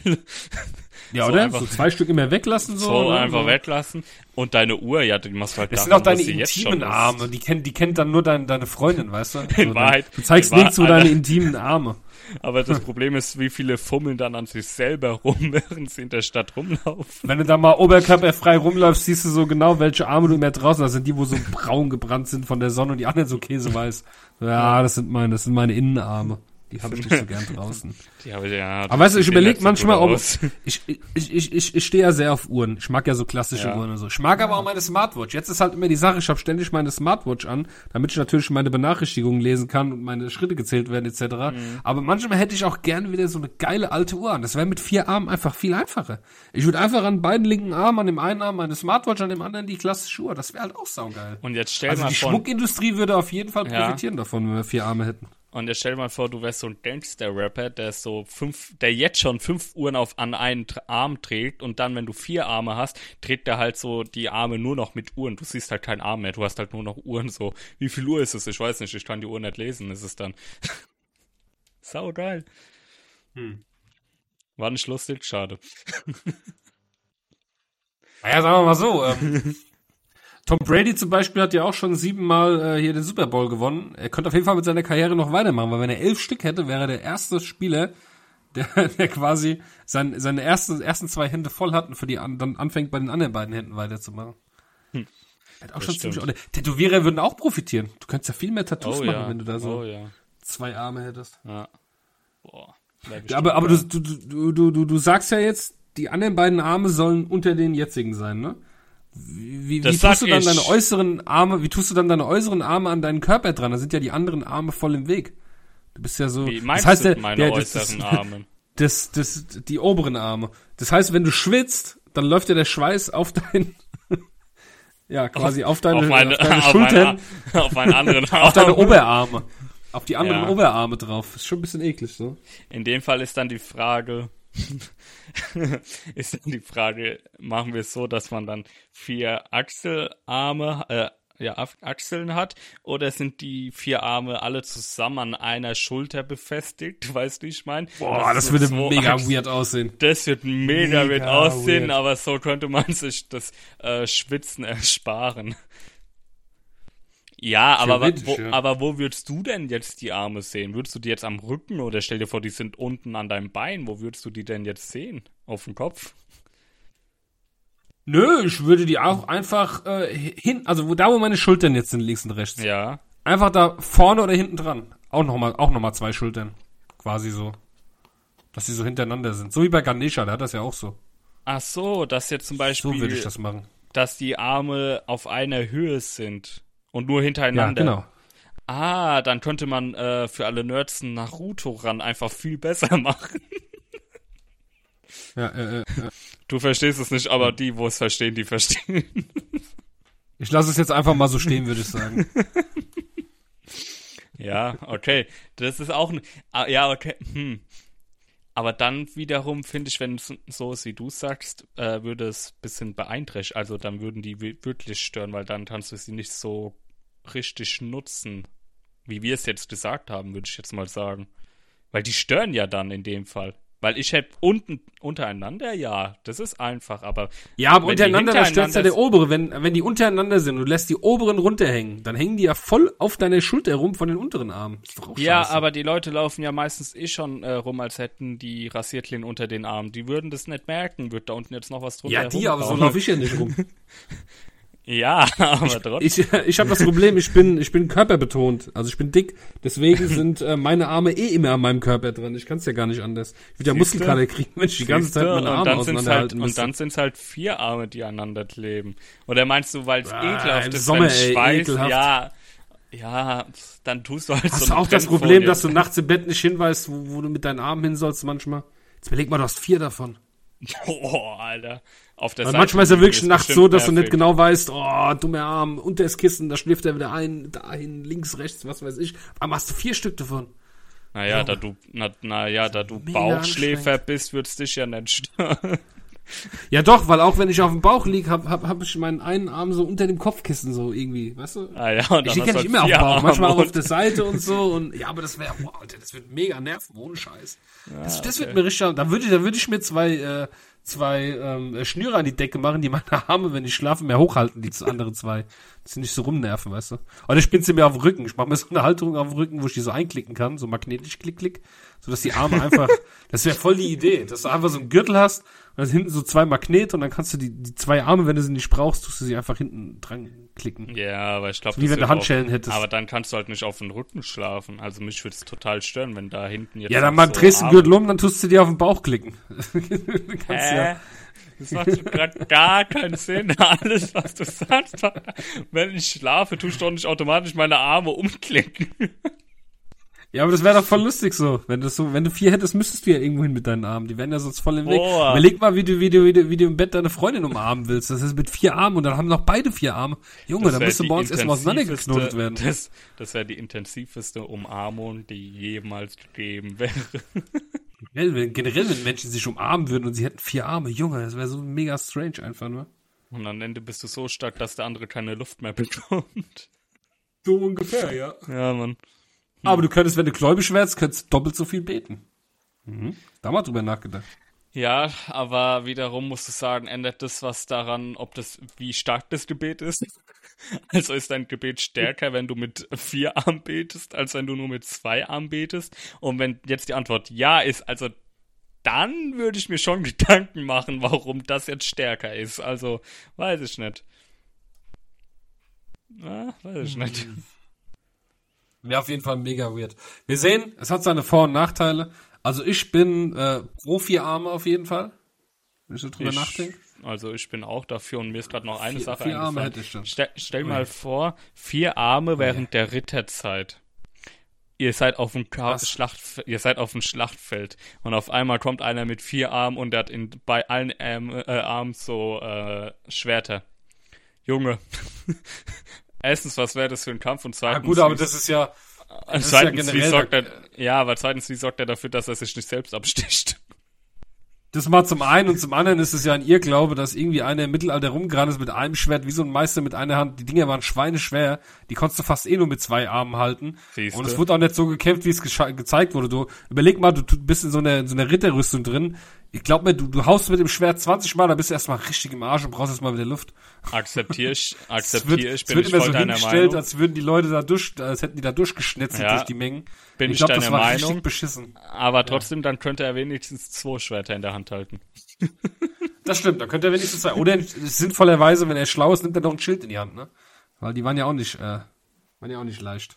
Ja, so oder? Einfach, so zwei Stück immer weglassen. So, so oder? einfach so. weglassen. Und deine Uhr, ja, die machst du halt das daran, sind auch deine jetzt intimen schon Arme. Die kennt, die kennt dann nur dein, deine Freundin, weißt du? In so, Wahrheit. Du zeigst in nirgends so Wahrheit, deine intimen Arme. Aber das Problem ist, wie viele fummeln dann an sich selber rum, während sie in der Stadt rumlaufen. Wenn du da mal oberkörperfrei rumläufst, siehst du so genau, welche Arme du mehr draußen hast. Das sind die, wo so braun gebrannt sind von der Sonne und die anderen so käseweiß. Ja, das sind meine, das sind meine Innenarme. Die habe ich nicht so gern draußen. Die habe ich, ja. Aber weißt du, ich überlege manchmal, ob aus. ich, ich, ich, ich, ich stehe ja sehr auf Uhren. Ich mag ja so klassische Ja. Uhren und so. Ich mag aber auch meine Smartwatch. Jetzt ist halt immer die Sache, ich habe ständig meine Smartwatch an, damit ich natürlich meine Benachrichtigungen lesen kann und meine Schritte gezählt werden et cetera. Mhm. Aber manchmal hätte ich auch gerne wieder so eine geile alte Uhr an. Das wäre mit vier Armen einfach viel einfacher. Ich würde einfach an beiden linken Armen, an dem einen Arm meine Smartwatch, an dem anderen die klassische Uhr. Das wäre halt auch saugeil. Und jetzt stell Also mal die vor, Schmuckindustrie würde auf jeden Fall Ja. profitieren davon, wenn wir vier Arme hätten. und jetzt stell dir mal vor, du wärst so ein Gangster-Rapper, der so fünf, der jetzt schon fünf Uhren auf an einen Tra- Arm trägt und dann, wenn du vier Arme hast, trägt er halt so die Arme nur noch mit Uhren. Du siehst halt keinen Arm mehr, du hast halt nur noch Uhren so. Wie viel Uhr ist es? Ich weiß nicht, ich kann die Uhr nicht lesen, ist es dann. Sau geil. Hm. War nicht lustig, schade. Naja, sagen wir mal so, ähm, Tom Brady zum Beispiel hat ja auch schon siebenmal äh, hier den Super Bowl gewonnen. Er könnte auf jeden Fall mit seiner Karriere noch weitermachen, weil wenn er elf Stück hätte, wäre er der erste Spieler, der, der quasi sein, seine ersten, ersten zwei Hände voll hat und für die an, dann anfängt, bei den anderen beiden Händen weiterzumachen. Hm. Er hat auch Das schon stimmt. ziemlich, oder Tätowierer würden auch profitieren. Du könntest ja viel mehr Tattoos Oh machen, ja, wenn du da so oh ja. zwei Arme hättest. Ja. Boah. Ja, aber aber du, du, du, du, du, du sagst ja jetzt, die anderen beiden Arme sollen unter den jetzigen sein, ne? Wie, wie, Das wie sag tust du dann ich. deine äußeren Arme, wie tust du dann deine äußeren Arme an deinen Körper dran? Da sind ja die anderen Arme voll im Weg. Du bist ja so. Wie meinst das heißt, du der, meine der, das, äußeren das, Arme? Das, das, die oberen Arme. Das heißt, wenn du schwitzt, dann läuft ja der Schweiß auf dein, ja, quasi auf, auf deine, auf meine, auf deine auf Schultern, meine, auf einen anderen Arm. auf deine Oberarme. Auf die anderen Ja. Oberarme drauf. Ist schon ein bisschen eklig, so. In dem Fall ist dann die Frage, ist dann die Frage, machen wir es so, dass man dann vier Achselarme, äh, ja, Achseln hat, oder sind die vier Arme alle zusammen an einer Schulter befestigt? Weißt du, wie ich meine? Boah, das, so würde zwei mega Achseln- weird aussehen. Das wird mega, Mega weird aussehen, weird. aber so könnte man sich das äh, Schwitzen ersparen. Ja, aber, wa- wo, ja. aber wo würdest du denn jetzt die Arme sehen? Würdest du die jetzt am Rücken oder stell dir vor, die sind unten an deinem Bein? Wo würdest du die denn jetzt sehen? Auf dem Kopf? Nö, ich würde die auch einfach äh, hin, also wo, da wo meine Schultern jetzt sind, links und rechts. Ja. Einfach da vorne oder hinten dran. Auch nochmal auch noch mal zwei Schultern. Quasi so. Dass sie so hintereinander sind. So wie bei Ganesha, der hat das ja auch so. Ach so, dass jetzt zum Beispiel, So würde ich das machen. dass die Arme auf einer Höhe sind und nur hintereinander. Ja, genau. Ah, dann könnte man äh, für alle Nerds einen Naruto-Run einfach viel besser machen. Ja, äh, äh, äh. Du verstehst es nicht, aber die, wo es verstehen, die verstehen. Ich lasse es jetzt einfach mal so stehen, würde ich sagen. Ja, okay. Das ist auch ein... Ah, ja, okay. Hm. Aber dann wiederum finde ich, wenn es so ist, wie du sagst, äh, würde es ein bisschen beeinträchtigen. Also dann würden die wirklich stören, weil dann kannst du sie nicht so richtig nutzen, wie wir es jetzt gesagt haben, würde ich jetzt mal sagen. Weil die stören ja dann in dem Fall. Weil ich hätte unten untereinander, ja, das ist einfach, aber... Ja, aber wenn die untereinander, da stört ja der hintereinander- obere. Wenn, wenn die untereinander sind und du lässt die oberen runterhängen, dann hängen die ja voll auf deiner Schulter rum von den unteren Armen. Ist doch auch Ja, scheiße. aber die Leute laufen ja meistens eh schon äh, rum, als hätten die Rasierklingen unter den Armen. Die würden das nicht merken, wird da unten jetzt noch was drunter Ja, die, aber so herumlaufen. laufe ich ja nicht rum. Ja, aber trotzdem. Ich, ich habe das Problem, ich bin, ich bin körperbetont. Also ich bin dick. Deswegen sind äh, meine Arme eh immer an meinem Körper dran. Ich kann es ja gar nicht anders. Ich würde ja Siehste? Muskelkater kriegen, wenn ich die ganze Zeit meine und Arme dann sind's halt, auseinanderhalten Und müsste. dann sind es halt vier Arme, die aneinander kleben. Oder meinst du, weil es Ah, ekelhaft im ist, Sommer, wenn ey, Schweiß... ekelhaft. Ja, ja, dann tust du halt Hast so du eine auch das Trennfolie. Problem, dass du nachts im Bett nicht hinweist, wo, wo du mit deinen Armen hin sollst manchmal? Jetzt überleg mal, du hast vier davon. Oh, Alter. Auf der Weil Seite manchmal ist ja liegen wirklich nachts bestimmt so, dass du nicht nervig. genau weißt, oh, dummer Arm, unter das Kissen, da schläft er wieder ein, dahin, links, rechts, was weiß ich. Aber hast du vier Stück davon. Naja, Junge. da du, na, na ja, da du Mega Bauchschläfer anstrengend. bist, wird's dich ja nicht stören. Ja doch, weil auch wenn ich auf dem Bauch lieg, hab, hab, hab ich meinen einen Arm so unter dem Kopfkissen so irgendwie, weißt du? Ah ja, und Ich dann lieg ja hast nicht du immer auf vier dem Bauch, Arme manchmal auch auf und- der Seite und so und ja, aber das wäre, wow, Alter, das wird mega nerven, ohne Scheiß. Das, das wird okay. mir richtig, da würde ich, da würde ich mir zwei, äh, zwei ähm, Schnüre an die Decke machen, die meine Arme, wenn ich schlafe, mehr hochhalten, die anderen zwei. Dass sie nicht so rumnerven, weißt du? Oder ich bin sie mir auf dem Rücken. Ich mache mir so eine Halterung auf dem Rücken, wo ich die so einklicken kann, so magnetisch klick, klick, sodass die Arme einfach, das wäre voll die Idee, dass du einfach so einen Gürtel hast und dann hinten so zwei Magnete und dann kannst du die, die zwei Arme, wenn du sie nicht brauchst, tust du sie einfach hinten dran klicken. Ja, aber ich glaube, So wie wenn du Handschellen hättest. Aber dann kannst du halt nicht auf den Rücken schlafen. Also mich würde es total stören, wenn da hinten jetzt Ja, dann noch mal so drehst du den Arme- Gürtel um, dann tust du dir auf den Bauch klicken. Du kannst Hä? ja, Das macht so gerade gar keinen Sinn. Alles, was du sagst. Wenn ich schlafe, tue ich doch nicht automatisch meine Arme umklicken. ja, aber das wäre doch voll lustig so. Wenn du so, wenn du vier hättest, müsstest du ja irgendwo hin mit deinen Armen. Die wären ja sonst voll im Weg. Boah. Überleg mal, wie du, wie du, wie du, wie du im Bett deine Freundin umarmen willst. Das ist mit vier Armen und dann haben noch beide vier Arme. Junge, Das da wär müsste die bei uns erstmal intensivste- auseinandergeknotet werden. Das, das wäre die intensivste Umarmung, die jemals gegeben wäre. Generell, wenn, generell, wenn Menschen sich umarmen würden und sie hätten vier Arme, Junge, das wäre so mega strange einfach nur. Und am Ende bist du so stark, dass der andere keine Luft mehr bekommt. So ungefähr, ja. Ja, Mann. Aber du könntest, wenn du gläubig wärst, könntest du doppelt so viel beten. Mhm. Da mal drüber nachgedacht. Ja, aber wiederum musst du sagen, ändert das was daran, ob das, wie stark das Gebet ist? Also ist dein Gebet stärker, wenn du mit vier Armen betest, als wenn du nur mit zwei Armen betest? Und wenn jetzt die Antwort ja ist, also dann würde ich mir schon Gedanken machen, warum das jetzt stärker ist. Also, weiß ich nicht. Ah, weiß ich nicht. Wäre auf jeden Fall mega weird. Wir sehen, es hat seine Vor- und Nachteile. Also ich bin äh, pro vier Arme auf jeden Fall. Wenn ich so drüber Ich, nachdenke. also ich bin auch dafür und mir ist gerade noch eine Vier- Sache vier Arme eingefallen. hätte ich schon. Stell, stell Oh mal ja. vor, vier Arme während der Ritterzeit. Ihr seid auf dem Ka- Was? Schlachtf- ihr seid auf dem Schlachtfeld und auf einmal kommt einer mit vier Armen und der hat in, bei allen ähm, äh, Armen so äh, Schwerter. Junge. Erstens, was wäre das für ein Kampf und Ah, zweitens, gut, aber wie- das ist ja, und ist ja zweitens, wie generell- sorgt er, ja, aber zweitens, wie sorgt er dafür, dass er sich nicht selbst absticht? das mal zum einen und zum anderen ist es ja ein Irrglaube, dass irgendwie einer im Mittelalter rumgerannt ist mit einem Schwert, wie so ein Meister mit einer Hand. Die Dinger waren schweineschwer, die konntest du fast eh nur mit zwei Armen halten. Siehste. Und es wurde auch nicht so gekämpft, wie es gesche- gezeigt wurde. Du überleg mal, du tu- bist in so einer, in so einer Ritterrüstung drin, Ich glaub mir, du, du haust mit dem Schwert zwanzig Mal, dann bist du erstmal richtig im Arsch und brauchst erstmal wieder Luft. Akzeptier ich, akzeptier akzeptier ich, ich, bin ich voll so deiner hingestellt, Meinung. als würden die Leute da durch, als hätten die da durchgeschnitzelt Ja, durch die Mengen. Bin ich ich glaub, deiner das war Meinung. richtig beschissen. Aber trotzdem, dann könnte er wenigstens zwei Schwerter in der Hand halten. Das stimmt, dann könnte er wenigstens sein. Oder sinnvollerweise, wenn er schlau ist, nimmt er noch ein Schild in die Hand, ne? Weil die waren ja auch nicht, äh, waren ja auch nicht leicht.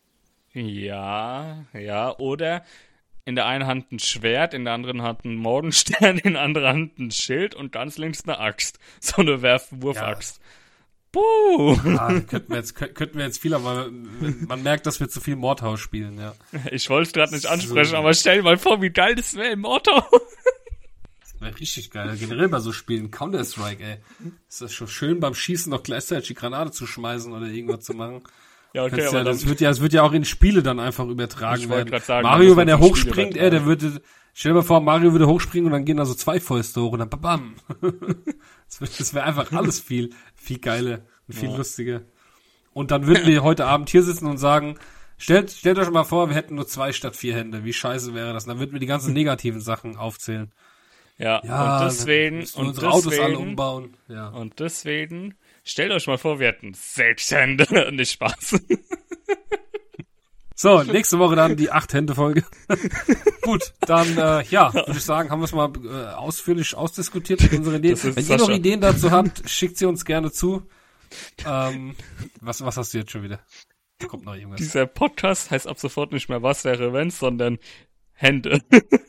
Ja, ja, oder in der einen Hand ein Schwert, in der anderen Hand ein Morgenstern, in der anderen Hand ein Schild und ganz links eine Axt. So eine Werf-Wurf-Axt. Ja. Buh! Ah, könnten wir jetzt, könnten wir jetzt viel, aber man merkt, dass wir zu viel Mordhaus spielen, ja. Ich wollte es gerade nicht ansprechen, so. Aber stell dir mal vor, wie geil das wäre im Mordhaus. Das wäre richtig geil. Generell bei so Spielen, Counter-Strike, ey. Ist das schon schön beim Schießen noch gleichzeitig die Granate zu schmeißen oder irgendwas zu machen. Ja, okay, aber ja, das wird ja, das wird ja auch in Spiele dann einfach übertragen ich werden. Sagen, Mario, wenn er hochspringt, ey, der würde, stell dir mal vor, Mario würde hochspringen und dann gehen da so zwei Fäuste hoch und dann bam. Das wäre einfach alles viel, viel geiler und viel ja. lustiger. Und dann würden wir heute Abend hier sitzen und sagen, stellt, stellt euch mal vor, wir hätten nur zwei statt vier Hände. Wie scheiße wäre das? Und dann würden wir die ganzen negativen Sachen aufzählen. Ja, ja und deswegen, und unsere deswegen, Autos alle umbauen. Ja. Und deswegen, stellt euch mal vor, wir hätten sechs Hände. Nicht Spaß. So, nächste Woche dann die acht-Hände-Folge. Gut, dann, äh, ja, würde ich sagen, haben wir es mal äh, ausführlich ausdiskutiert mit unseren Ideen. Wenn ihr noch Ideen dazu habt, schickt sie uns gerne zu. Ähm, was, was hast du jetzt schon wieder? Da kommt noch irgendwas. Dieser Podcast heißt ab sofort nicht mehr Was wäre wenn, sondern Hände.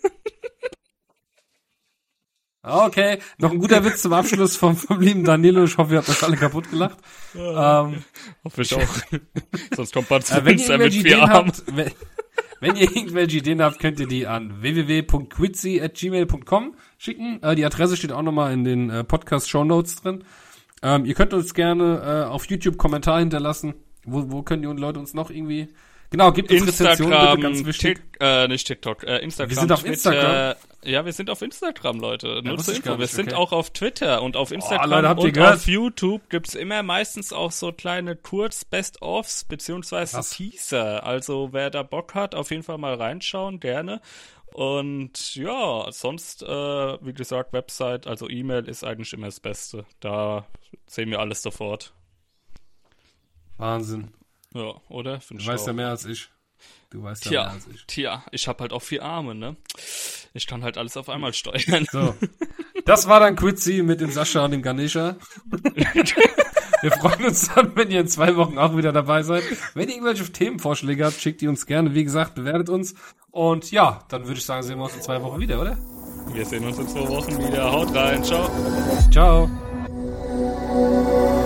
Okay, noch ein guter Witz zum Abschluss vom, vom lieben Danilo. Ich hoffe, ihr habt euch alle kaputt gelacht. Ähm, hoffe ich auch. Sonst kommt man zu äh, wenn ihr mit Ideen vier Armen. habt, wenn, wenn ihr irgendwelche Ideen habt, könnt ihr die an w w w punkt quitzy at gmail punkt com schicken. Äh, die Adresse steht auch nochmal in den äh, Podcast-Shownotes drin. Ähm, ihr könnt uns gerne äh, auf YouTube Kommentar hinterlassen. Wo, wo können die Leute uns noch irgendwie... Genau, gibt uns Rezensionen, bitte, ganz wichtig. Tick, äh, nicht TikTok, äh, Instagram. Wir sind auf Twitter, Instagram. Ja, wir sind auf Instagram, Leute. Ja, Nur zur Info. Wir nicht, sind okay. auch auf Twitter und auf Instagram oh, Leute, habt ihr und gehört? auf YouTube gibt's immer meistens auch so kleine Kurz-Best-Offs beziehungsweise Was? Teaser. Also wer da Bock hat, auf jeden Fall mal reinschauen, gerne. Und ja, sonst, äh, wie gesagt, Website, also E-Mail ist eigentlich immer das Beste. Da sehen wir alles sofort. Wahnsinn. Ja, oder? Find Du ich weißt auch. ja mehr als ich. Du weißt ja Tja, mehr als ich. tja, ich hab halt auch vier Arme, ne? Ich kann halt alles auf einmal steuern. So. Das war dann Quitzy mit dem Sascha und dem Ganesha. Wir freuen uns dann, wenn ihr in zwei Wochen auch wieder dabei seid. Wenn ihr irgendwelche Themenvorschläge habt, schickt die uns gerne. Wie gesagt, bewertet uns. Und ja, dann würde ich sagen, sehen wir uns in zwei Wochen wieder, oder? Wir sehen uns in zwei Wochen wieder. Haut rein. Ciao. Ciao.